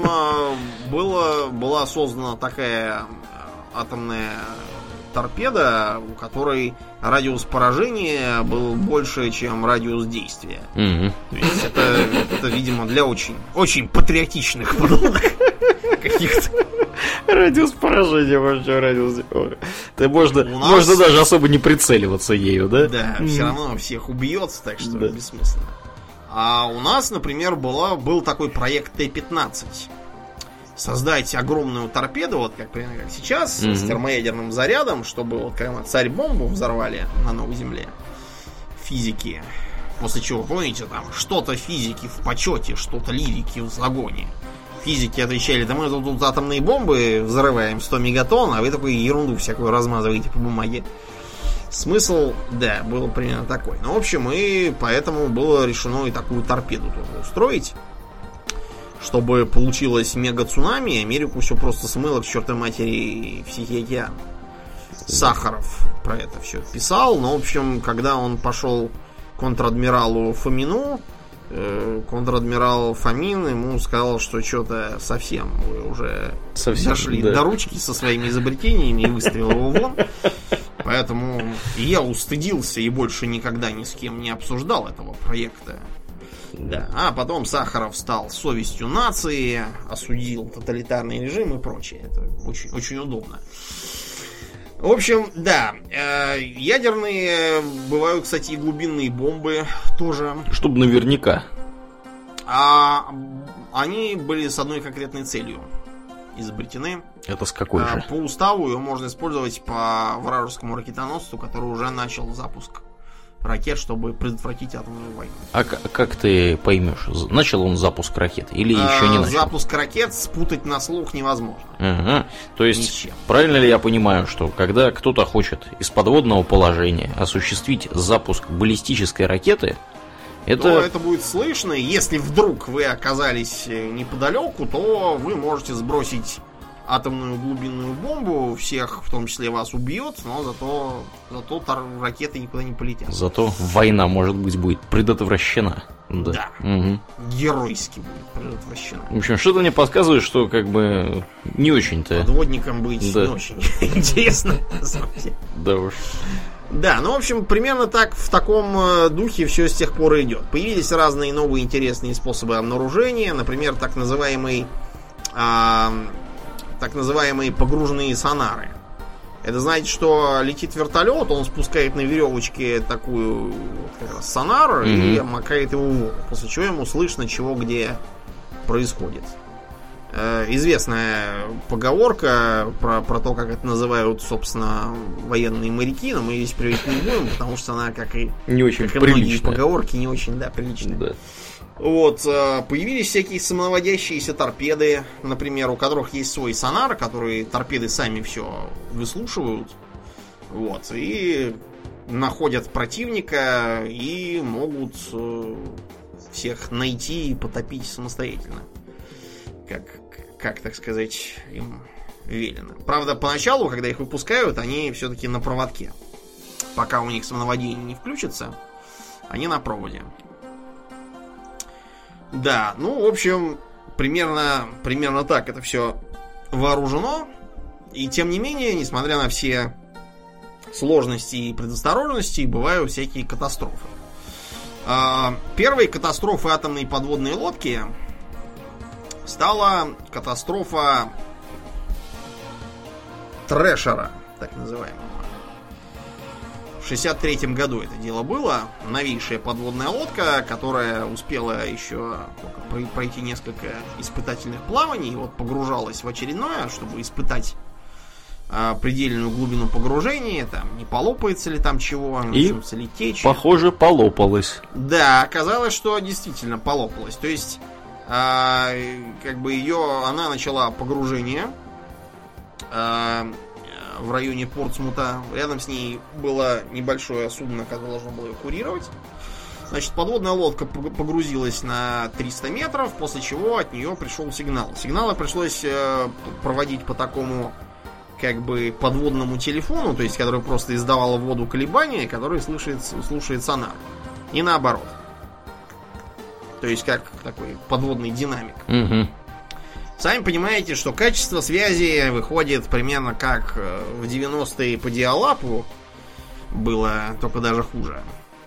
была создана такая атомная торпеда, у которой радиус поражения был больше, чем радиус действия. То есть это, видимо, для очень патриотичных подводных каких-то. Радиус поражения, вообще радиус. Ты можно даже особо не прицеливаться ею, да? Да, все равно всех убьется, так что бессмысленно. А у нас, например, был такой проект Т-15. Создать огромную торпеду, вот как примерно как сейчас, с термоядерным зарядом, чтобы вот когда царь-бомбу взорвали на Новой Земле физики. После чего, помните, там что-то физики в почете, что-то лирики в загоне. Физики отвечали, да мы тут атомные бомбы взрываем 100 мегатонн, а вы такую ерунду всякую размазываете по бумаге. Смысл, да, был примерно такой. Ну, в общем, и поэтому было решено и такую торпеду тоже устроить. Чтобы получилось мега-цунами, Америку все просто смыло к чертовой матери в Тихий океан. Сахаров про это все писал, но, в общем, когда он пошел к контр-адмиралу Фомину, контр-адмирал Фомин ему сказал, что что-то совсем вы уже дошли до ручки со своими изобретениями и выставил его вон. Поэтому я устыдился и больше никогда ни с кем не обсуждал этого проекта. Да. А потом Сахаров стал совестью нации, осудил тоталитарный режим и прочее. Это очень, очень удобно. В общем, да, ядерные бывают, кстати, и глубинные бомбы тоже. Чтобы наверняка. А они были с одной конкретной целью изобретены. Это с какой же? По уставу ее можно использовать по вражескому ракетоносцу, который уже начал запуск ракет, чтобы предотвратить атомную войну. А как ты поймешь, начал он запуск ракет или еще не начал? Запуск ракет спутать на слух невозможно. То есть, правильно ли я понимаю, что когда кто-то хочет из подводного положения осуществить запуск баллистической ракеты, это будет слышно. Если вдруг вы оказались неподалеку, то вы можете сбросить атомную глубинную бомбу, всех, в том числе вас, убьет, но зато ракеты никуда не полетят. Зато война, может быть, будет предотвращена. Да. Геройски будет предотвращена. В общем, что-то мне подсказывает, что как бы не очень-то... Подводникам быть не очень интересно. Да уж. Да, ну, в общем, примерно так, в таком духе все с тех пор идет. Появились разные новые интересные способы обнаружения, например, так называемые погруженные сонары. Это значит, что летит вертолет, он спускает на веревочке такую как раз сонар и макает его в воду, после чего ему слышно, чего где происходит. Известная поговорка про то, как это называют, собственно, военные моряки, но мы здесь приводить не будем, потому что она, как и многие поговорки, не очень, приличная. Да. Вот, появились всякие самонаводящиеся торпеды, например, у которых есть свой сонар, которые торпеды сами все выслушивают, вот, и находят противника и могут всех найти и потопить самостоятельно, как так сказать, им велено. Правда, поначалу, когда их выпускают, они все-таки на проводке. Пока у них самонаводение не включится, они на проводе. Да, ну, в общем, примерно так это все вооружено. И тем не менее, несмотря на все сложностей и предосторожностей бывают всякие катастрофы. Первой катастрофой атомной подводной лодки стала катастрофа Трэшера, так называемого. В 1963 году это дело было. Новейшая подводная лодка, которая успела еще только пройти несколько испытательных плаваний, и вот погружалась в очередное, чтобы испытать предельную глубину погружения, там, не полопается ли там чего, начнутся ли течи. Похоже, полопалась. Да, оказалось, что действительно полопалась. То есть, как бы она начала погружение в районе Портсмута. Рядом с ней было небольшое судно, которое должно было ее курировать. Значит, подводная лодка погрузилась на 300 метров, после чего от нее пришел сигнал. Сигналы пришлось проводить по такому как бы подводному телефону, то есть который просто издавал в воду колебания, который слушает сонар. И наоборот. То есть как такой подводный динамик. Угу. Сами понимаете, что качество связи выходит примерно как в 90-е по диалапу было, только даже хуже.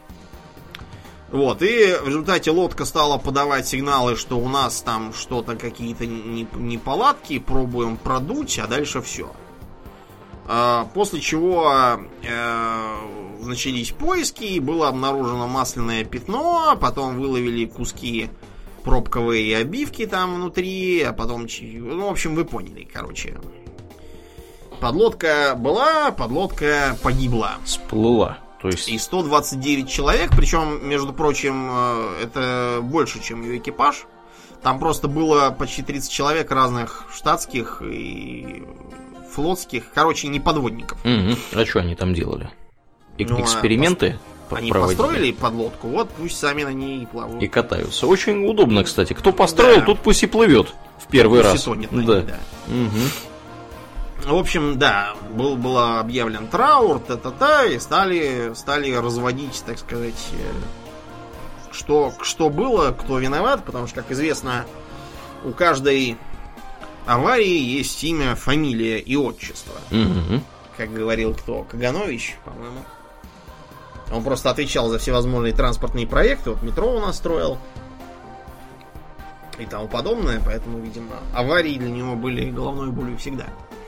Вот, и в результате лодка стала подавать сигналы, что у нас там что-то, какие-то неполадки, пробуем продуть, а дальше все. После чего начались поиски, и было обнаружено масляное пятно, потом выловили куски пробковые обивки там внутри, а потом... Ну, в общем, вы поняли, короче. Подлодка была, подлодка погибла. Сплыла. То есть... И 129 человек, причем, между прочим, это больше, чем ее экипаж. Там просто было почти 30 человек разных штатских и флотских, короче, не подводников. Угу. А что они там делали? Эксперименты? Они построили подлодку, вот пусть сами на ней плавают. И катаются. Очень удобно, кстати. Кто построил, да, тот пусть и плывет в первый раз. Тонет на ней, да. Угу. В общем, да, был объявлен траур, и стали разводить, так сказать, что было, кто виноват, потому что, как известно, у каждой аварии есть имя, фамилия и отчество. Угу. Как говорил кто? Каганович, по-моему. Он просто отвечал за всевозможные транспортные проекты. Вот метро у нас строил и тому подобное. Поэтому, видимо, аварии для него были головной болью всегда.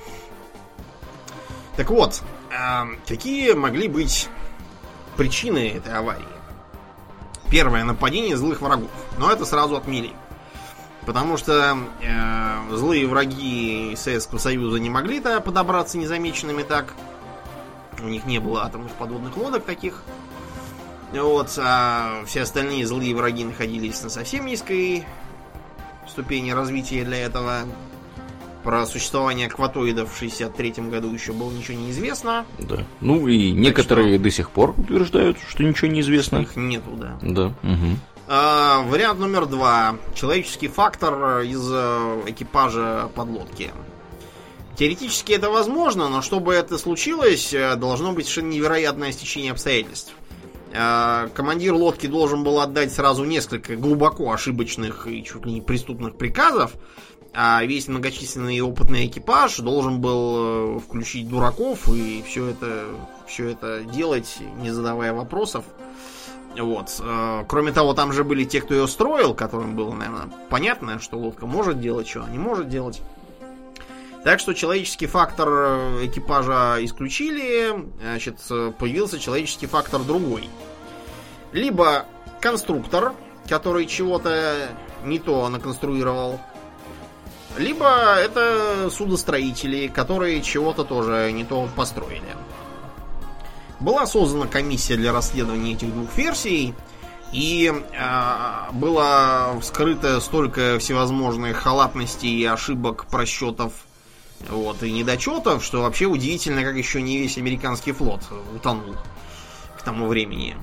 Так вот, какие могли быть причины этой аварии? Первое — нападение злых врагов. Но это сразу отмели. Потому что злые враги Советского Союза не могли-то подобраться незамеченными так. У них не было атомных подводных лодок таких. Вот, а все остальные злые враги находились на совсем низкой ступени развития для этого. Про существование акватоидов в 1963 году еще было ничего не известно. Да. Ну и некоторые до сих пор утверждают, что ничего не известно. Их нету, да. Да. Угу. Вариант номер 2. Человеческий фактор из экипажа подлодки. Теоретически это возможно, но чтобы это случилось, должно быть совершенно невероятное стечение обстоятельств. Командир лодки должен был отдать сразу несколько глубоко ошибочных и чуть ли не преступных приказов, а весь многочисленный и опытный экипаж должен был включить дураков и все это делать, не задавая вопросов. Вот. Кроме того, там же были те, кто ее строил, которым было, наверное, понятно, что лодка может делать, что она не может делать. Так что человеческий фактор экипажа исключили, значит, появился человеческий фактор другой. Либо конструктор, который чего-то не то наконструировал, либо это судостроители, которые чего-то тоже не то построили. Была создана комиссия для расследования этих двух версий, и было вскрыто столько всевозможных халатностей и ошибок, просчетов, вот, и недочетов, что вообще удивительно, как еще не весь американский флот утонул к тому времени.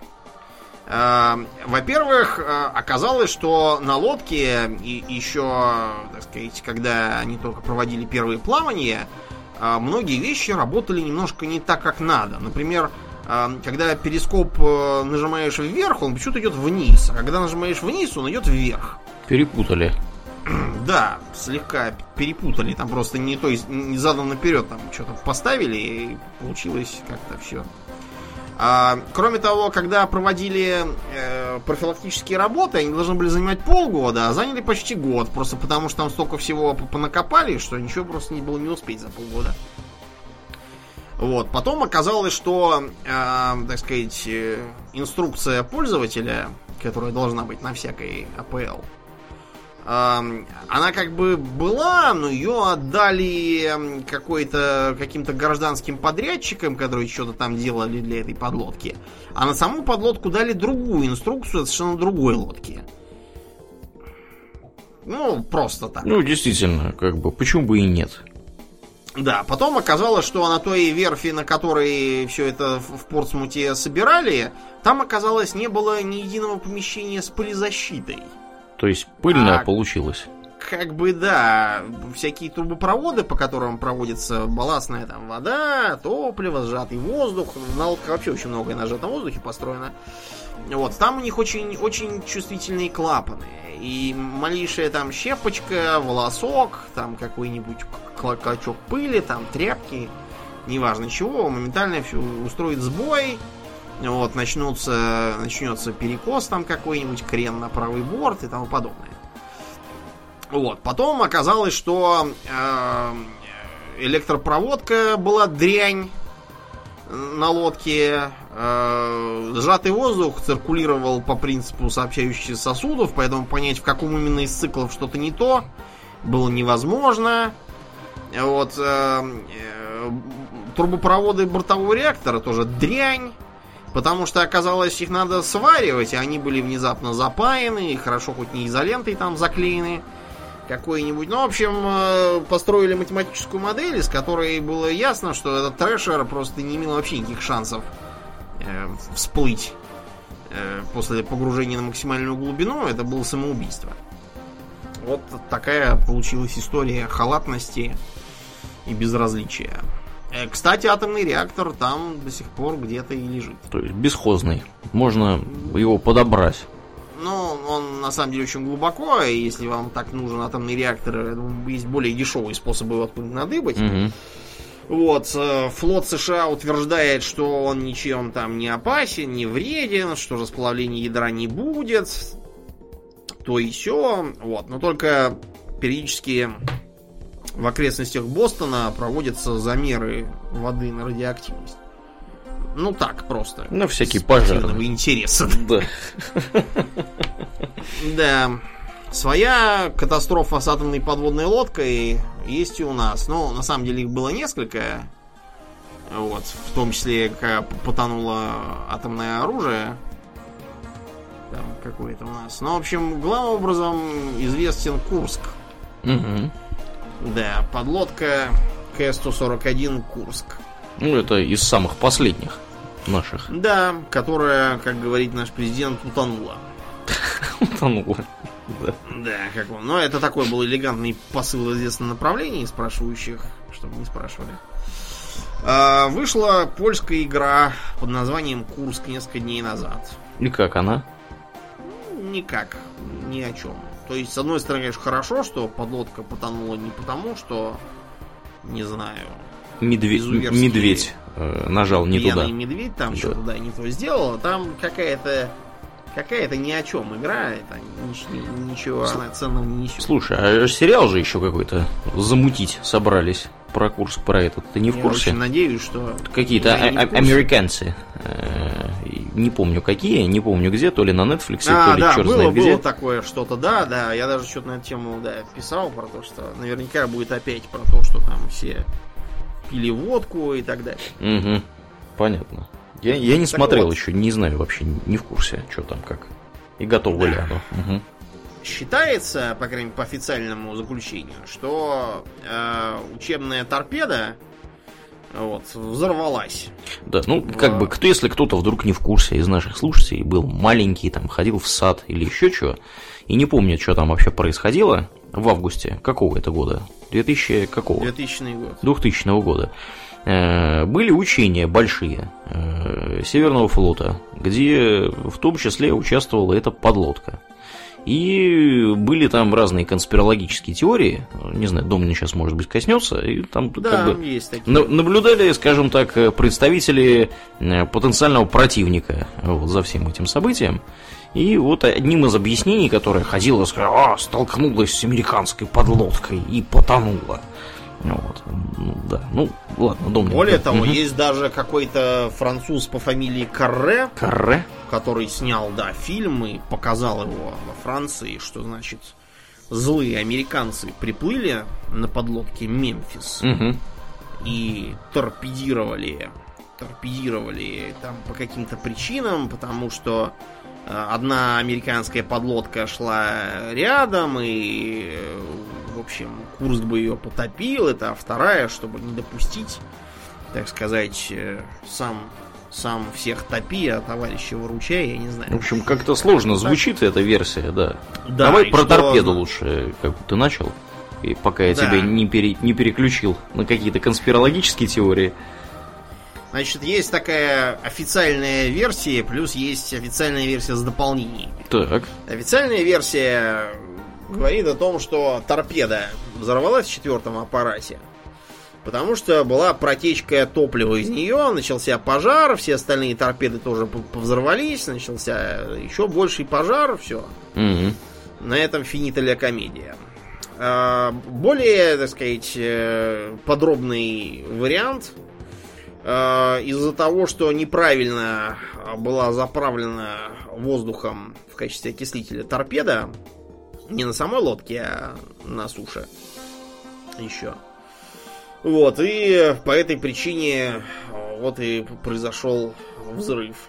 Во-первых, оказалось, что на лодке и еще, так сказать, когда они только проводили первые плавания, многие вещи работали немножко не так, как надо. Например, когда перископ нажимаешь вверх, он почему-то идет вниз, а когда нажимаешь вниз, он идет вверх. Перепутали. Да, слегка перепутали. Там просто не задом наперед там что-то поставили, и получилось как-то все. Кроме того, когда проводили профилактические работы, они должны были занимать полгода, а заняли почти год. Просто потому, что там столько всего понакопали, что ничего просто не было не успеть за полгода. Вот. Потом оказалось, что, так сказать, инструкция пользователя, которая должна быть на всякой АПЛ, она как бы была, но ее отдали каким-то гражданским подрядчикам, которые что-то там делали для этой подлодки. А на саму подлодку дали другую инструкцию от совершенно другой лодки. Ну, просто так. Ну, действительно, как бы, почему бы и нет? Да, потом оказалось, что на той верфи, на которой все это в Портсмуте собирали, там, оказалось, не было ни единого помещения с пылезащитой. То есть пыльная получилась. Как бы, да, всякие трубопроводы, по которым проводится балластная там вода, топливо, сжатый воздух. На лодках вообще очень многое на сжатом воздухе построено. Вот, там у них очень, очень чувствительные клапаны. И малейшая там щепочка, волосок, там какой-нибудь клочок пыли, там тряпки, неважно чего, моментально все устроит сбой. Вот, начнется перекос там какой-нибудь, крен на правый борт и тому подобное. Вот, потом оказалось, что электропроводка была дрянь на лодке, сжатый воздух циркулировал по принципу сообщающихся сосудов, поэтому понять, в каком именно из циклов что-то не то, было невозможно. Вот, трубопроводы бортового реактора тоже дрянь. Потому что, оказалось, их надо сваривать, и они были внезапно запаяны, и хорошо хоть не изолентой там заклеены какой-нибудь. Ну, в общем, построили математическую модель, из которой было ясно, что этот трэшер просто не имел вообще никаких шансов всплыть после погружения на максимальную глубину. Это было самоубийство. Вот такая получилась история халатности и безразличия. Кстати, атомный реактор там до сих пор где-то и лежит. То есть бесхозный. Можно его подобрать. Ну, он на самом деле очень глубоко, и если вам так нужен атомный реактор, есть более дешевые способы его откуда-нибудь надыбать. Угу. Вот, флот США утверждает, что он ничем там не опасен, не вреден, что расплавления ядра не будет, то и сё. Вот, но только периодически в окрестностях Бостона проводятся замеры воды на радиоактивность. Ну так, просто. На всякий пожар. Интереса. Да. Да. Своя катастрофа с атомной подводной лодкой есть и у нас. Ну, на самом деле их было несколько. Вот. В том числе, когда потонуло атомное оружие. Там какое-то у нас. Ну, в общем, главным образом известен Курск. Угу. Да, подлодка К-141 Курск. Ну, это из самых последних наших. Да, которая, как говорит наш президент, утонула. Утонула. Да. Да, как он. Но это такой был элегантный посыл в известном направлении, спрашивающих, чтобы не спрашивали. Вышла польская игра под названием Курск несколько дней назад. И как она? Никак, ни о чем. То есть, с одной стороны, конечно, хорошо, что подлодка потонула не потому, что, не знаю, медведь нажал не туда. Пьяный медведь там да. Что-то да, не то сделал. Там какая-то ни о чем игра, это ничего ценного не несет. Слушай, а сериал же еще какой-то замутить собрались про Курск, про этот. Ты не в курсе? Я очень надеюсь, что... Какие-то американцы. Не помню какие, не помню где, то ли на Netflix, то ли черт знает где. Было такое что-то, да. Я даже что-то на эту тему писал про то, что наверняка будет опять про то, что там все пили водку и так далее. Угу, понятно. Я не смотрел еще, не знаю вообще, не в курсе, что там как. И готово ли оно. Угу. Считается, по крайней мере, по официальному заключению, что учебная торпеда взорвалась. Да, ну, как бы, если кто-то вдруг не в курсе из наших слушателей, был маленький, там, ходил в сад или еще чего, и не помнит, что там вообще происходило в августе какого это года? 2000 какого? 2000 год. 2000 года. Были учения большие Северного флота, где в том числе участвовала эта подлодка. И были там разные конспирологические теории. Не знаю, Домнин сейчас, может быть, коснется. И там да, как бы есть такие. наблюдали, скажем так, представители потенциального противника вот, за всем этим событием. И вот одним из объяснений, которое ходило, сказала, столкнулась с американской подлодкой и потонула. Вот. Ну, да. Ну, ладно, Домнин. Более того, есть даже какой-то француз по фамилии Карре, который снял, да, фильм и показал его во Франции, что, значит, злые американцы приплыли на подлодке «Мемфис» и торпедировали там по каким-то причинам, потому что одна американская подлодка шла рядом, и, в общем, Курск бы ее потопил, это вторая, чтобы не допустить, так сказать, сам всех топи, а товарища выручай, я не знаю. В общем, как-то сложно звучит эта версия, да. Да, давай про торпеду лучше, как ты начал, и пока я тебя не переключил на какие-то конспирологические теории. Значит, есть такая официальная версия, плюс есть официальная версия с дополнениями. Так. Официальная версия говорит о том, что торпеда взорвалась в 4-м аппарате, потому что была протечка топлива из нее, начался пожар, все остальные торпеды тоже повзорвались, начался еще больший пожар, все. На этом финита ля комедия. Более, так сказать, подробный вариант. Из-за того, что неправильно была заправлена воздухом в качестве окислителя торпеда, не на самой лодке, а на суше еще. Вот, и по этой причине вот и произошел взрыв.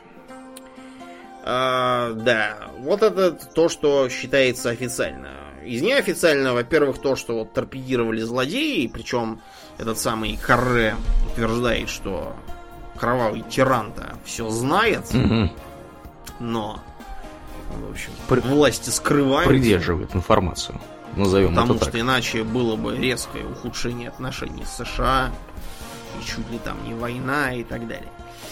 Да, вот это то, что считается официально. Из неофициально, во-первых, то, что вот торпедировали злодеи, причем этот самый Карре утверждает, что кровавый тиран-то все знает, но, в общем, власти скрывают. Придерживает информацию, назовем потому это так. Потому что иначе было бы резкое ухудшение отношений с США, и чуть ли там не война и так далее.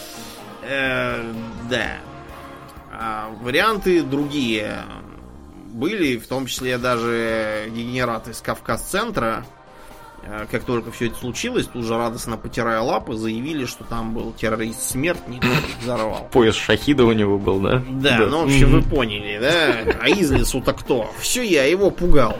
Да. Варианты другие были, в том числе даже дегенераты с Кавказ-центра. Как только все это случилось, тут же радостно потирая лапы, заявили, что там был террорист-смертник, взорвал. Пояс шахида у него был, да? Да, ну, в общем, вы поняли, да? А из лесу-то кто? Все я его пугал.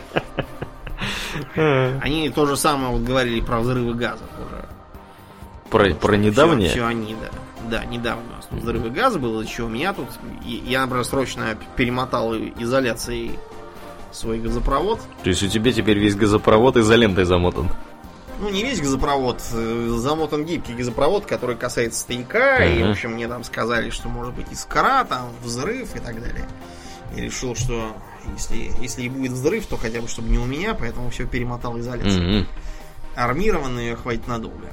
Они то же самое вот говорили про взрывы газов уже. Про недавнее? Все они, да. Да, недавно у нас тут взрывы газа было, еще у меня тут... Я, например, срочно перемотал изоляцией свой газопровод. То есть у тебя теперь весь газопровод изолентой замотан? Ну, не весь газопровод, замотан гибкий газопровод, который касается стояка, и, в общем, мне там сказали, что может быть искра, там, взрыв и так далее. Я решил, что если и будет взрыв, то хотя бы, чтобы не у меня, поэтому все перемотал изоляцией. Армированные хватит надолго.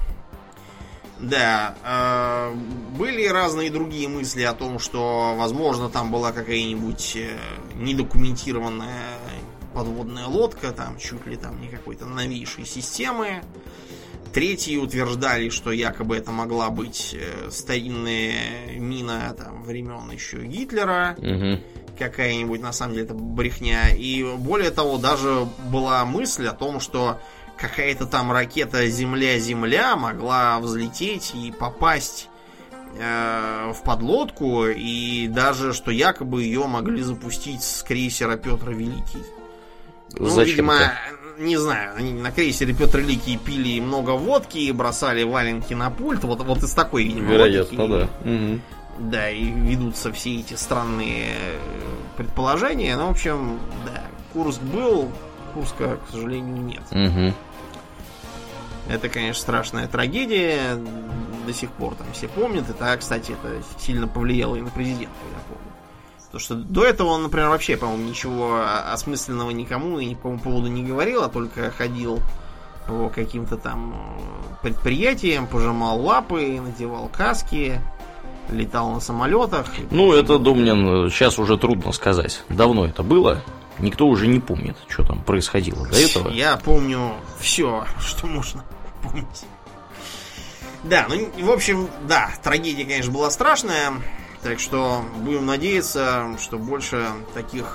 Да, были разные другие мысли о том, что, возможно, там была какая-нибудь недокументированная подводная лодка, там чуть ли там не какой-то новейшей системы. Третьи утверждали, что якобы это могла быть старинная мина там времен еще Гитлера. Какая-нибудь, на самом деле, это брехня. И более того, даже была мысль о том, что какая-то там ракета Земля-Земля могла взлететь и попасть в подлодку, и даже, что якобы ее могли запустить с крейсера Петр Великий. Ну, видимо, не знаю, они на крейсере Петр Великий пили много водки и бросали валенки на пульт, вот из такой, видимо, вероятно, логики. Да. Да, и ведутся все эти странные предположения. Ну, в общем, да, Курск был, Курска, к сожалению, нет. Это, конечно, страшная трагедия. До сих пор там все помнят. Это, кстати, это сильно повлияло и на президента, я помню. Потому что до этого он, например, вообще, по-моему, ничего осмысленного никому и ни по какому поводу не говорил, а только ходил по каким-то там предприятиям, пожимал лапы, надевал каски, летал на самолетах. Ну, это, Домнин, сейчас уже трудно сказать. Давно это было. Никто уже не помнит, что там происходило до этого. Я помню все, что можно помнить. Да, ну, в общем, да, трагедия, конечно, была страшная. Так что будем надеяться, что больше таких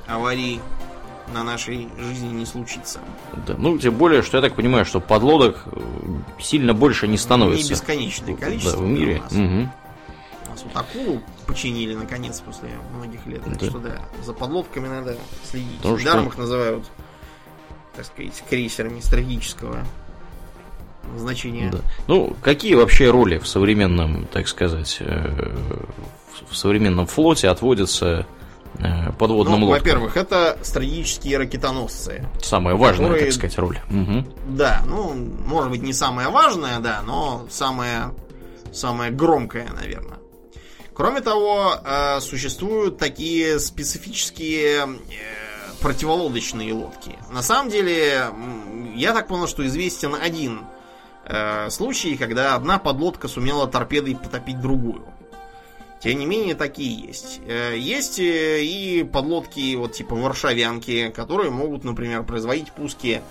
аварий на нашей жизни не случится. Да, ну, тем более, что я так понимаю, что подлодок сильно больше не становится. Не бесконечное количество. Да, в мире. У нас вот акулу починили, наконец, после многих лет. Так что, да, за подлодками надо следить. Недаром их называют, так сказать, крейсерами стратегического значения. Да. Ну, какие вообще роли в современном, так сказать, в современном флоте отводятся подводным лодкам? Во-первых, это стратегические ракетоносцы. Самая важная, так сказать, роль. Да, ну, может быть, не самая важная, да, но самая громкая, наверное. Кроме того, существуют такие специфические противолодочные лодки. На самом деле, я так понял, что известен один случай, когда одна подлодка сумела торпедой потопить другую. Тем не менее, такие есть. Есть и подлодки вот типа варшавянки, которые могут, например, производить пуски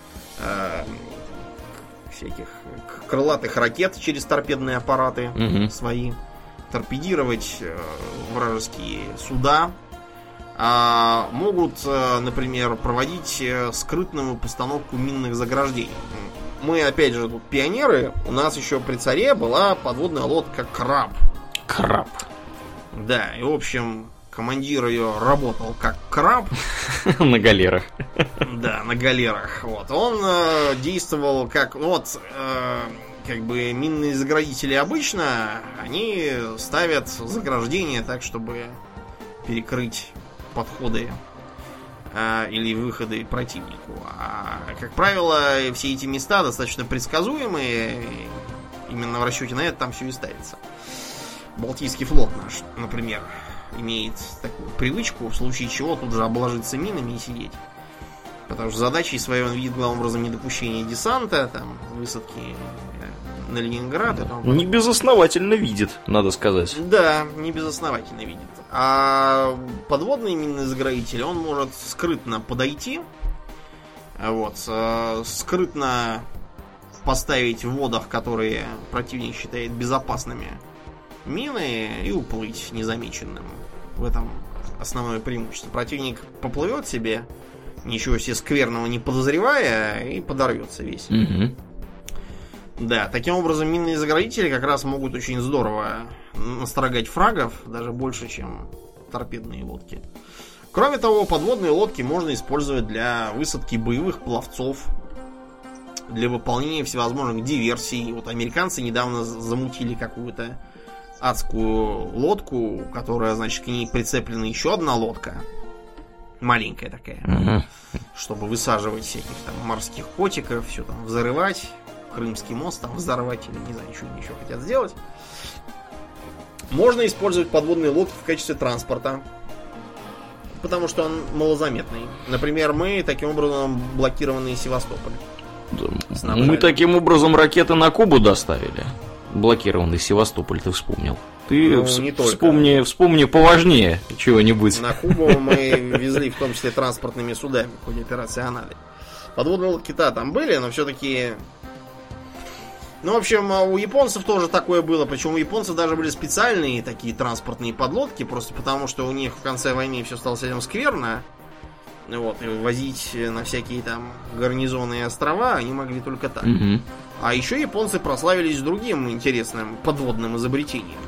всяких крылатых ракет через торпедные аппараты свои, торпедировать вражеские суда. Могут, например, проводить скрытную постановку минных заграждений. Мы, опять же, тут пионеры. У нас еще при царе была подводная лодка «Краб». «Краб». Да, и, в общем, командир ее работал как краб. На галерах. Да, на галерах. Вот. Он действовал как... Вот, как бы минные заградители обычно, они ставят заграждения так, чтобы перекрыть подходы или выходы противнику. А, как правило, все эти места достаточно предсказуемые. Именно в расчете на это там все и ставится. Балтийский флот наш, например, имеет такую привычку, в случае чего тут же обложиться минами и сидеть. Потому что задачей своей он видит главным образом недопущение десанта, там, высадки на Ленинград. Да. Небезосновательно видит, надо сказать. Да, небезосновательно видит. А подводный минный заградитель, он может скрытно подойти, вот, скрытно поставить в водах, которые противник считает безопасными, мины и уплыть незамеченным. В этом основное преимущество. Противник поплывет себе, ничего себе скверного не подозревая, и подорвется весь. Да, таким образом минные заградители как раз могут очень здорово настрогать фрагов, даже больше, чем торпедные лодки. Кроме того, подводные лодки можно использовать для высадки боевых пловцов, для выполнения всевозможных диверсий. Вот американцы недавно замутили какую-то адскую лодку, которая, значит, к ней прицеплена еще одна лодка. Маленькая такая. Чтобы высаживать всяких там морских котиков, все там взрывать. Крымский мост там взорвать или не знаю, что они еще хотят сделать. Можно использовать подводные лодки в качестве транспорта. Потому что он малозаметный. Например, мы таким образом блокированный Севастополь. Да. Мы таким образом ракеты на Кубу доставили. Блокированный Севастополь, ты вспомнил. Ты вспомни поважнее чего-нибудь. На Кубу мы везли в том числе транспортными судами в ходе операции «Анады». Подводные лодки-то там были, но все-таки... Ну, в общем, у японцев тоже такое было. Причем у японцев даже были специальные такие транспортные подлодки, просто потому что у них в конце войны все стало с этим скверно. Вот, и возить на всякие там гарнизонные острова они могли только так. А еще японцы прославились другим интересным подводным изобретением.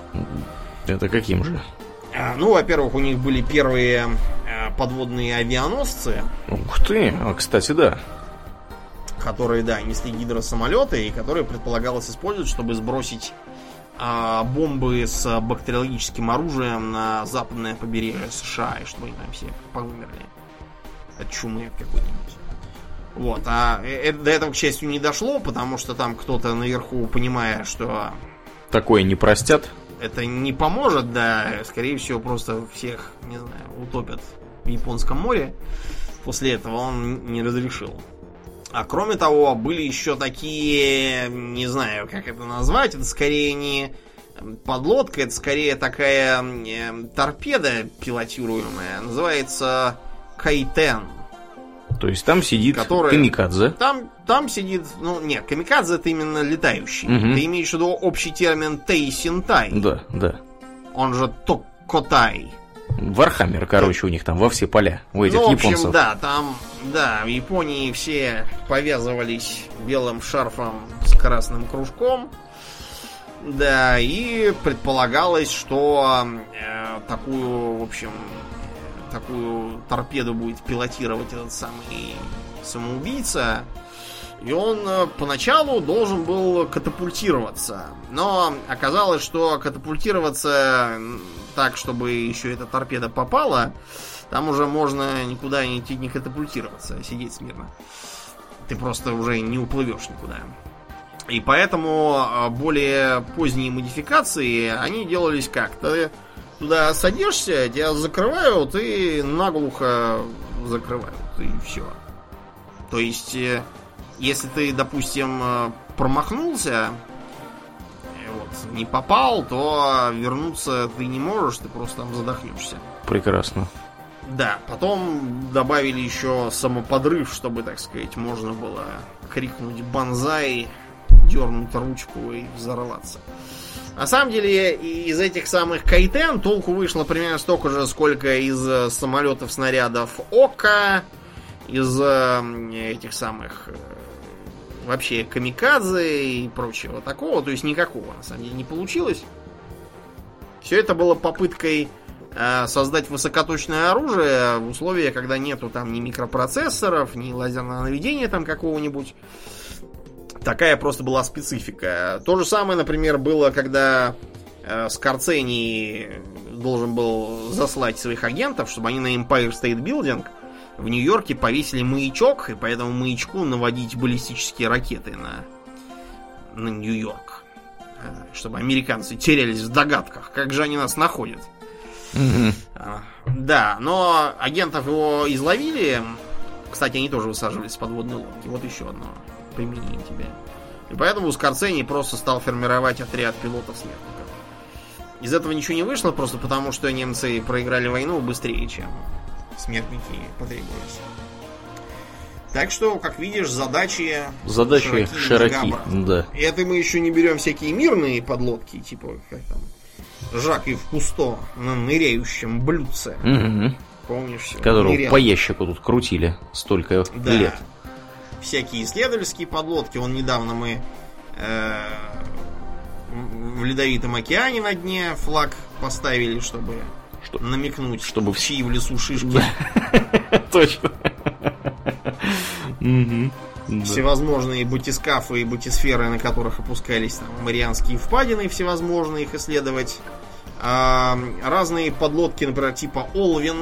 Это каким же? Ну, во-первых, у них были первые подводные авианосцы. Ух ты, кстати, да. Которые, да, несли гидросамолеты, и которые предполагалось использовать, чтобы сбросить бомбы с бактериологическим оружием на западное побережье США, и чтобы они там все повымерли от чумы какой-нибудь. Вот, до этого, к счастью, не дошло, потому что там кто-то наверху, понимая, что... Такое не простят. Это не поможет, да, скорее всего, просто всех, не знаю, утопят в Японском море. После этого он не разрешил. А кроме того, были еще такие, не знаю, как это назвать, это скорее не подлодка, это скорее такая торпеда пилотируемая, называется Кайтен. То есть там сидит камикадзе? Там сидит, ну нет, камикадзе это именно летающий. Ты имеешь в виду общий термин Тейсинтай. Да, да. Он же Токкотай. Вархаммер, короче, у них там во все поля, у этих в общем, японцев. да, там, да, в Японии все повязывались белым шарфом с красным кружком. Да, и предполагалось, что такую, в общем, такую торпеду будет пилотировать этот самый самоубийца. И он поначалу должен был катапультироваться. Но оказалось, что катапультироваться так, чтобы еще эта торпеда попала, там уже можно никуда не катапультироваться, а сидеть смирно. Ты просто уже не уплывешь никуда. И поэтому более поздние модификации, они делались как? Ты туда садишься, тебя закрывают и наглухо закрывают. И все. То есть... Если ты, допустим, промахнулся, вот, не попал, то вернуться ты не можешь, ты просто там задохнешься. Прекрасно. Да, потом добавили еще самоподрыв, чтобы, так сказать, можно было крикнуть «Бонзай», дернуть ручку и взорваться. На самом деле, из этих самых Кайтен толку вышло примерно столько же, сколько из самолетов, снарядов Ока, из этих самых... вообще камикадзе и прочего такого. То есть никакого, на самом деле, не получилось. Все это было попыткой создать высокоточное оружие в условиях, когда нету там ни микропроцессоров, ни лазерного наведения там какого-нибудь. Такая просто была специфика. То же самое, например, было, когда Скорцени должен был заслать своих агентов, чтобы они на Empire State Building в Нью-Йорке повесили маячок, и по этому маячку наводить баллистические ракеты на Нью-Йорк. Чтобы американцы терялись в догадках, как же они нас находят. Да, но агентов его изловили. Кстати, они тоже высаживались с подводной лодки. Вот еще одно применение тебя. И поэтому Скорцени просто стал формировать отряд пилотов-смертников. Из этого ничего не вышло, просто потому что немцы проиграли войну быстрее, чем смертники потребовались. Так что, как видишь, задачи широки, да. И это мы еще не берем всякие мирные подлодки, типа как там Жак Ив Кусто на ныряющем блюдце. Угу. Помнишь все? Которого по ящику тут крутили столько лет. Всякие исследовательские подлодки. Недавно мы в Ледовитом океане на дне флаг поставили, чтобы намекнуть, чтобы чьи в лесу шишки. Точно. Всевозможные батискафы и батисферы, на которых опускались там Марианские впадины, всевозможные их исследовать. Разные подлодки, например, типа Олвин.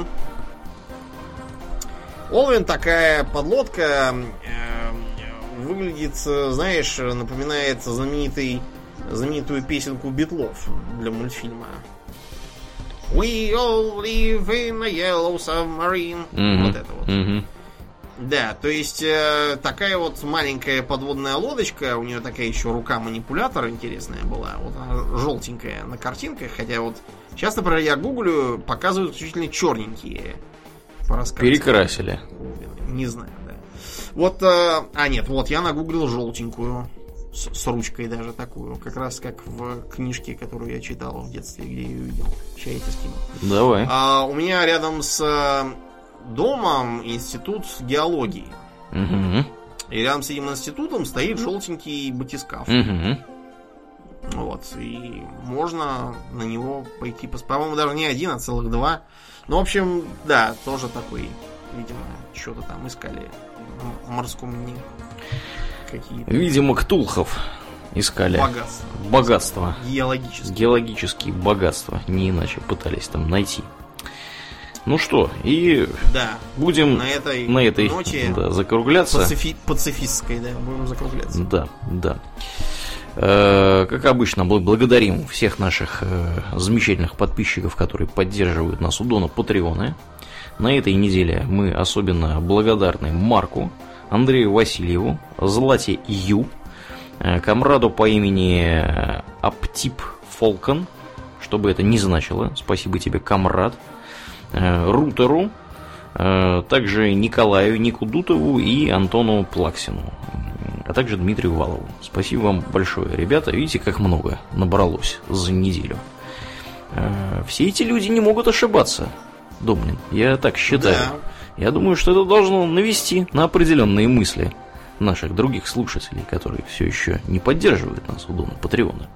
Олвин такая подлодка, выглядит, знаешь, напоминает знаменитую песенку Битлов для мультфильма. We all live in a yellow submarine. Вот это вот. Да, то есть такая вот маленькая подводная лодочка, у нее такая еще рука-манипулятор интересная была, вот она желтенькая на картинках, хотя вот сейчас, например, я гуглю, показывают исключительно черненькие. Перекрасили. Не знаю, да. Вот, нет, вот я нагуглил желтенькую, с ручкой даже такую, как раз как в книжке, которую я читал в детстве, где я ее видел. Сейчас я это скину. Давай. У меня рядом с домом институт геологии. И рядом с этим институтом стоит желтенький батискаф. Вот. И можно на него пойти. По-моему, даже не один, а целых два. Ну, в общем, да, тоже такой, видимо, что-то там искали в морском дне. Какие-то. Видимо, ктулхов искали. Богатство. Геологические богатства. Не иначе пытались там найти. Ну что, и будем на этой ноте закругляться. Пацифистской, да, будем закругляться. Да. Как обычно, благодарим всех наших замечательных подписчиков, которые поддерживают нас у Дона Патреона. На этой неделе мы особенно благодарны Марку, Андрею Васильеву, Злате Ю, комраду по имени Аптип Фолкон, что бы это ни значило. Спасибо тебе, комрад. Рутеру, также Николаю Никудутову и Антону Плаксину, а также Дмитрию Валову. Спасибо вам большое, ребята. Видите, как много набралось за неделю. Все эти люди не могут ошибаться, Домнин. Я так считаю. Да. Я думаю, что это должно навести на определенные мысли наших других слушателей, которые все еще не поддерживают нас у Дона Патреона.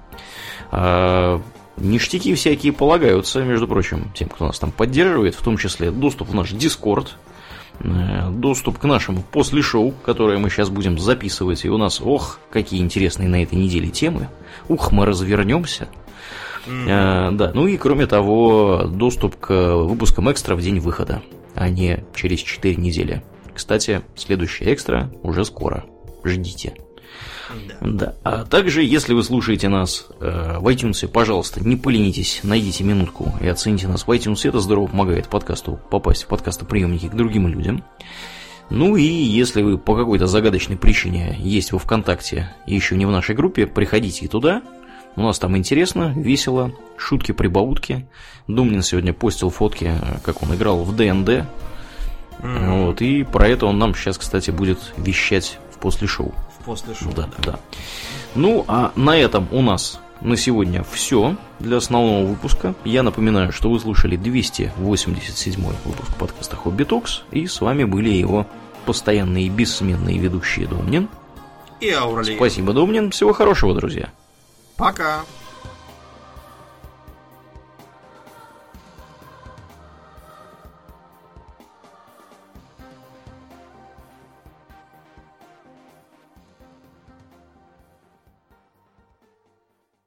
Ништяки всякие полагаются, между прочим, тем, кто нас там поддерживает, в том числе доступ в наш Дискорд, доступ к нашему после-шоу, которое мы сейчас будем записывать, и у нас, какие интересные на этой неделе темы. Мы развернемся. Да, ну и кроме того, доступ к выпускам экстра в день выхода, а не через 4 недели. Кстати, следующий экстра уже скоро. Ждите. Да. А также, если вы слушаете нас в iTunes, пожалуйста, не поленитесь, найдите минутку и оцените нас в iTunes. Это здорово помогает подкасту попасть в подкастоприемники к другим людям. Ну и если вы по какой-то загадочной причине есть во ВКонтакте и еще не в нашей группе, приходите и туда. У нас там интересно, весело, шутки-прибаутки. Думнин сегодня постил фотки, как он играл в ДНД. Вот, и про это он нам сейчас, кстати, будет вещать в после-шоу. Да. Ну, а на этом у нас на сегодня все для основного выпуска. Я напоминаю, что вы слушали 287 выпуск подкаста Хобби Токс, и с вами были его постоянные и бессменные ведущие Домнин и Ауралиен. Спасибо, Домнин. Всего хорошего, друзья. Пока.